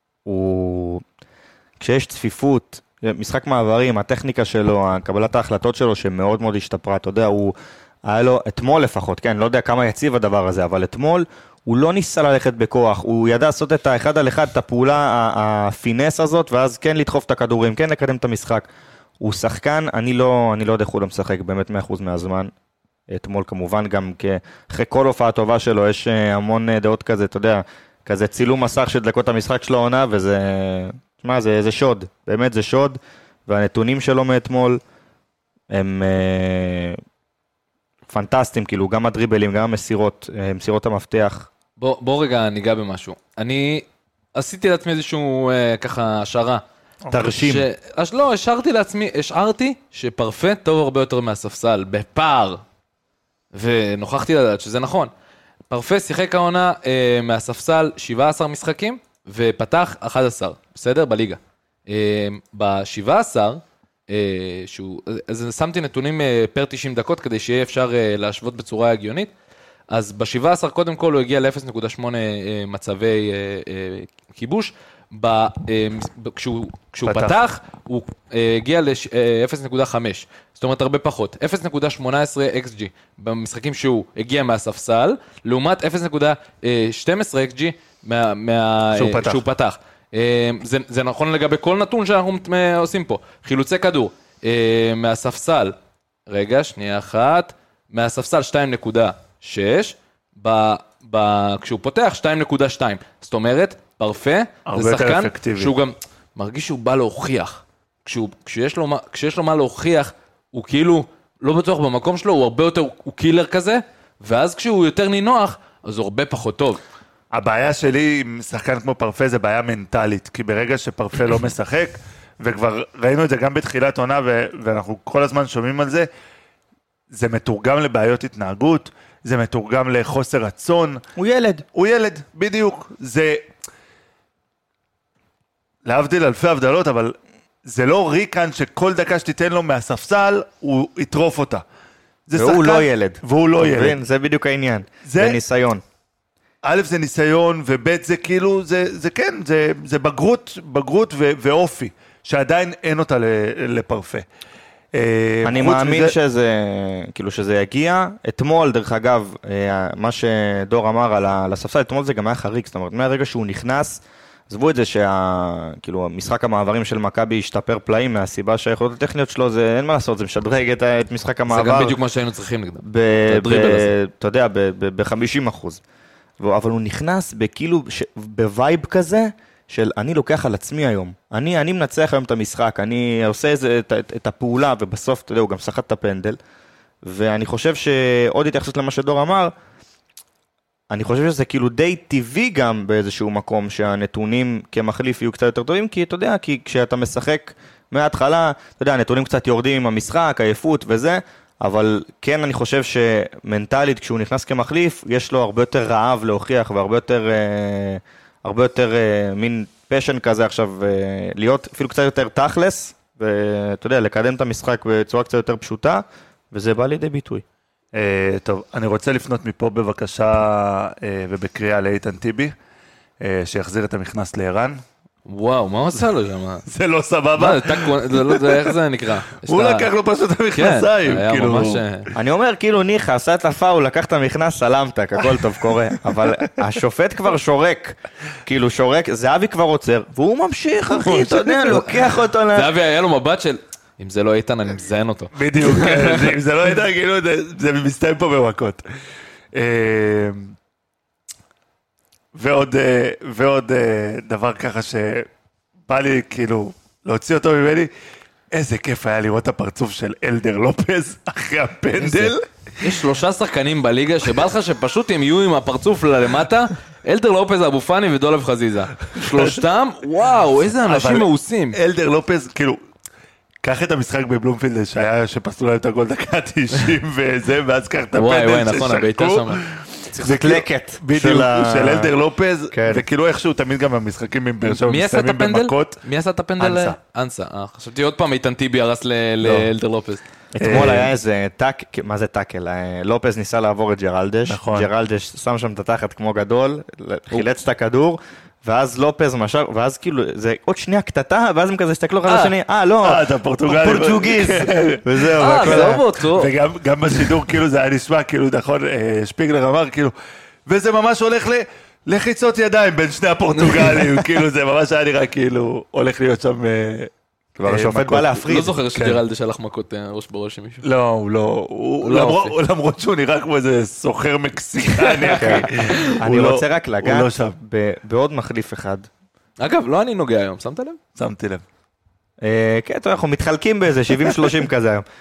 הוא... כשיש צפיפות, משחק מעברים, הטכניקה שלו, קבלת ההחלטות שלו שמאוד מאוד השתפרה, אתה יודע, הוא היה לו, אתמול לפחות, כן, לא יודע כמה יציב הדבר הזה, אבל אתמול הוא לא ניסה ללכת בכוח, הוא ידע לעשות את האחד על אחד, את הפעולה, הפינס הזאת, ואז כן לדחוף את הכדורים, כן לקדם את המשחק. הוא שחקן, אני לא, אני לא יודע איך הוא לא משחק, באמת מאה אחוז מהזמן. אתמול כמובן גם אחרי כל הופעה טובה שלו, יש המון דעות כזה, אתה יודע, כזה צילום מסך של דקות המשחק שלו עונה, וזה, מה, זה, זה שוד, באמת זה שוד, והנתונים שלו מאתמול הם אה, פנטסטיים, כאילו, גם הדריבלים, גם המסירות, מסירות המפתח. בוא, בוא רגע ניגע במשהו. אני עשיתי לעצמי איזשהו אה, ככה השערה. תרשים. ש... אז לא, השארתי לעצמי, השארתי שפרפה טוב הרבה יותר מהספסל, בפער. ונוכחתי לדעת שזה נכון. פרפה שיחק העונה אה, מהספסל שבעה עשר משחקים, ופתח אחד עשר, בסדר? בליגה. אה, ב-שבעה עשר, אה, שהוא, אז שמתי נתונים אה, פר תשעים דקות, כדי שיהיה אפשר אה, להשוות בצורה הגיונית. אז ב-שבעה עשר קודם כל הוא הגיע ל-אפס נקודה שמונה אה, מצבי אה, אה, כיבוש, ב, אה, כשהוא, כשהוא פתח. פתח, הוא אה, הגיע ל-אפס נקודה חמש, זאת אומרת הרבה פחות, אפס נקודה שמונה עשרה אקס ג'י במשחקים שהוא הגיע מהספסל, לעומת אפס נקודה שתים עשרה אקס ג'י מה, מה, שהוא פתח. שהוא פתח. אה, זה, זה נכון לגבי כל נתון שאנחנו עושים פה, חילוצי כדור, אה, מהספסל, רגע, שנייה אחת, מהספסל שתיים נקודה שש, ב, ב, כשהוא פותח שתיים נקודה שתיים, זאת אומרת, פרפה זה שחקן שהוא גם מרגיש שהוא בא להוכיח, כשהוא, כשיש לו, כשיש לו מה להוכיח, הוא כאילו לא בטוח במקום שלו, הוא הרבה יותר, הוא קילר כזה, ואז כשהוא יותר נינוח, אז הוא הרבה פחות טוב. הבעיה שלי עם שחקן כמו פרפה זה בעיה מנטלית, כי ברגע שפרפה לא משחק, וכבר ראינו את זה גם בתחילת עונה, ו- ואנחנו כל הזמן שומעים על זה, זה מתורגם לבעיות התנהגות, זה מתורגם לחוסר רצון. הוא ילד. הוא ילד, בדיוק. זה, להבדיל אלפי הבדלות, אבל זה לא ריקן שכל דקה שתיתן לו מהספסל, הוא יטרוף אותה. זה והוא שחקן, לא ילד. והוא לא ילד. זה בדיוק העניין. זה- זה ניסיון. א' זה ניסיון, וב' זה כאילו, זה, זה כן, זה, זה בגרות, בגרות ו, ואופי, שעדיין אין אותה ל, לפרפה. אה, אני חוץ מאמין מזה- שזה, כאילו שזה יגיע. אתמול, דרך אגב, אה, מה שדור אמר על ה- על הספסל, אתמול זה גם היה חריג, זאת אומרת, מהרגע שהוא נכנס, עזבו את זה שה... כאילו, המשחק המעברים של מכבי השתפר פלאים, מהסיבה שהיכולות הטכניות שלו, זה אין מה לעשות, זה משדרג את, ה- את משחק המעבר. זה גם בדיוק מה שהיינו צריכים נגדם. ב... הדריבל ב- הזה. אתה יודע, ב-חמישים אחוז. אבל הוא נכנס בכאילו, ש... בווייב כזה, של אני לוקח על עצמי היום. אני, אני מנצח היום את המשחק, אני עושה איזה, את, את, את הפעולה, ובסוף, אתה יודע, הוא גם שחט את הפנדל. ואני חושב שעוד התייחסות למה שדור אמר, אני חושב שזה כאילו די טבעי גם באיזשהו מקום, שהנתונים כמחליף יהיו קצת יותר טובים, כי אתה יודע, כי כשאתה משחק מההתחלה, אתה יודע, הנתונים קצת יורדים עם המשחק, עייפות וזה, אבל כן אני חושב שמנטלית, כשהוא נכנס כמחליף, יש לו הרבה יותר רעב להוכיח, והרבה יותר, אה, הרבה יותר אה, מין פשן כזה עכשיו, אה, להיות אפילו קצת יותר תכלס, ואתה יודע, לקדם את המשחק בצורה קצת יותר פשוטה, וזה בא לידי ביטוי. Uh, טוב, אני רוצה לפנות מפה בבקשה uh, ובקריאה לאיתן טיבי, uh, שיחזיר את המכנס לערן. וואו, מה עושה לו שם? זה לא סבבה. מה, זה טאק- זה לא- זה- איך זה נקרא? יש הוא את ה- לקח לו פשוט את כן, המכנסיים. היה כאילו. ממש... אה, אני אומר, כאילו ניחא, עשה את הפאול, לקח את המכנס, סלמת, הכל טוב קורה, אבל השופט כבר שורק, כאילו שורק, זהבי כבר עוצר, והוא ממשיך, אחי, אתה יודע, לוקח אותו ל... זהבי היה לו מבט של, אם זה לא איתן, אני מזיין אותו. בדיוק, כן, זה- אם זה לא הייתה, כאילו, זה- זה מסתיים פה במכות. אה, ועוד, אה, ועוד אה, דבר ככה שבא לי כאילו להוציא אותו ממני, איזה כיף היה לראות את הפרצוף של אלדר לופז אחרי הפנדל. יש שלושה שחקנים בליגה שבא לך שפשוט הם יהיו עם הפרצוף למטה, אלדר לופז, אבו פאני ודולב חזיזה. שלושתם, וואו, איזה אנשים מעושים. אלדר לופז, כאילו, קח את המשחק בבלומפילד שהיה, שפסלו להם את הגול דקה תשעים וזה, ואז קח את וואי, וואי, הפנדל נכון, הביתה ששרקו. שם. זה לקט בדיוק, של אלדר לופז, כן. וכאילו איכשהו תמיד גם המשחקים עם באר שבע מי עשה את מסתיימים הפנדל? במכות. מי עשה את הפנדל? אנסה. אנסה. אה, חשבתי עוד פעם איתן טיבי הרס ל- לאלדר לופז. אתמול היה איזה טאק, מה זה טאקל? אה, לופז ניסה לעבור את ג'רלדש, נכון. ג'רלדש שם שם את התחת כמו גדול, חילץ את הכדור, ואז לופז משל, ואז כאילו, זה עוד שנייה קטטה, ואז הם כזה הסתכלו אחד לשני, אה לא, אה, אתה פורטוגלי. פורטוגיז, וזהו, אה, והכל זה היה- עובד אותו. וגם גם בשידור כאילו זה היה נשמע, כאילו נכון, אה, שפיגלר אמר כאילו, וזה ממש הולך ל... לחיצות ידיים בין שני הפורטוגלים, כאילו זה ממש היה נראה כאילו הולך להיות שם... אה, כבר אה, השופט מכות. בא להפריד. לא זוכר שג'רלדה שלח מכות אה, ראש בראש עם מישהו. לא, הוא לא, הוא, לא למרות, אופי. למרות שהוא נראה כמו איזה סוחר מקסיקני, אחי. אני הוא לא- רוצה רק הוא לא לגעת שם. ב- בעוד מחליף אחד. אגב, לא אני נוגע היום, שמת לב? שמתי לב. אה, כן, טוב, אנחנו מתחלקים באיזה שבעים שלושים כזה היום.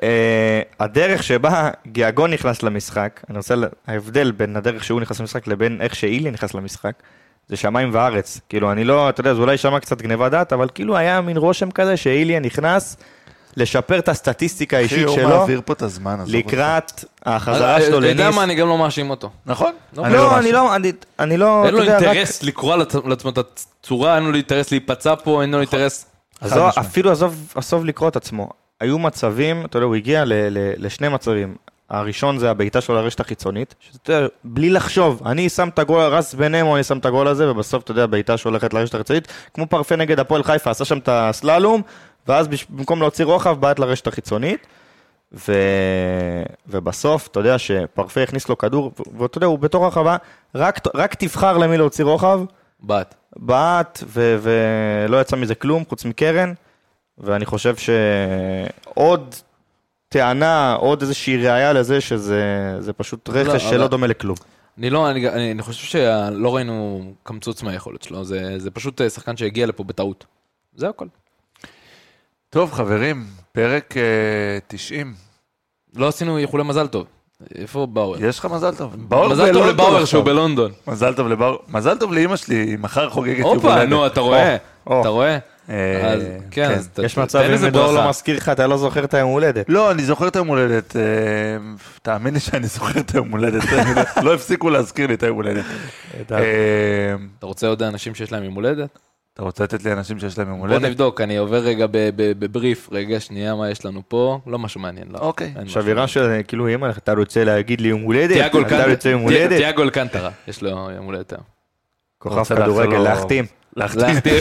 אה, הדרך שבה גיאגון נכנס למשחק, אני רוצה, לה- ההבדל בין הדרך שהוא נכנס למשחק לבין איך שאילי נכנס למשחק, זה שמיים וארץ. כאילו, אני לא, אתה יודע, זה אולי שמע קצת גניבה דעת, אבל כאילו היה מין רושם כזה שאילי נכנס לשפר את הסטטיסטיקה אחי, האישית הוא שלו, מעביר פה את הזמן. עזוב אותך. לקראת החזרה שלו אתה יודע לניס. מה, אני גם לא מאשים אותו. נכון? לא, אני לא, מאשים. אני לא, אני- אני לא, אין לו אתה יודע, רק- אינטרס לקרוא לעצ- לעצמו את הצורה, אין לו אינטרס להיפצע פה, אין לו אינטרס... עזוב, חד משמעית. אפילו עזוב, עזוב לקרוא את עצמו. היו מצבים, אתה יודע, הוא הגיע ל, ל, לשני מצבים. הראשון זה הבעיטה שלו לרשת החיצונית, שאתה יודע, בלי לחשוב, אני שם את הגול, רס ביניהם, אני שם את הגול הזה, ובסוף, אתה יודע, הבעיטה שהולכת לרשת החיצונית, כמו פרפה נגד הפועל חיפה, עשה שם את הסללום, ואז בש- במקום להוציא רוחב, בעט לרשת החיצונית, ו... ובסוף, אתה יודע, שפרפה הכניס לו כדור, ו- ואתה יודע, הוא בתור הרחבה, רק, רק תבחר למי להוציא רוחב, בעט. בעט, ו- ולא יצא מזה כלום, חוץ מקרן, ואני חושב שעוד טענה, עוד איזושהי ראייה לזה שזה זה פשוט רכש לא, שלא אבל- דומה לכלום. אני לא, אני, אני, אני חושב שלא ראינו קמצוץ מהיכולת שלו, זה, זה פשוט אה, שחקן שהגיע לפה בטעות. זה הכל. טוב, חברים, פרק אה, תשעים. לא עשינו איחולי מזל טוב. איפה באואר? יש לך מזל טוב. באואר מזל טוב בלונדון לבאואר עכשיו. שהוא בלונדון. מזל טוב לבאואר. מזל טוב לאמא שלי, היא מחר חוגגת יום הופה, הולדת. נו, אתה רואה? או. אתה רואה? אה, אז כן, אז ת- יש ת- מצב תן איזה אם דור ברכה. לא מזכיר לך, אתה לא זוכר את היום הולדת. לא, אני זוכר את היום הולדת. אה, תאמין לי שאני זוכר את היום הולדת. אני לא- לא הפסיקו להזכיר לי את היום הולדת. אה, אתה רוצה עוד אנשים שיש להם יום הולדת? אתה רוצה לתת לי אנשים שיש להם יום בוא הולדת? נבדוק, אני עובר רגע ב- ב- בבריף, רגע שנייה מה יש לנו פה, לא משהו מעניין, לא. אוקיי. אין עכשיו משהו. אירה של, כאילו, אמא, אתה רוצה להגיד לי יום הולדת? תיאגו אתה רוצה יום אלקנטרה, הולדת? תיאגו אלקנטרה, יש לו יום הולדת היום. כוכב רוצה לאחל כדורגל, לו- להחתים. להחתים. להחתים.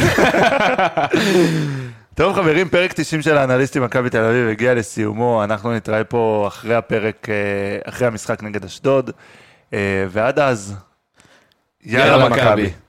טוב חברים, פרק תשעים של האנליסטים מכבי תל אביב הגיע לסיומו, אנחנו נתראה פה אחרי הפרק, אה, אחרי המשחק נגד אשדוד, אה, ועד אז, יאללה מכבי.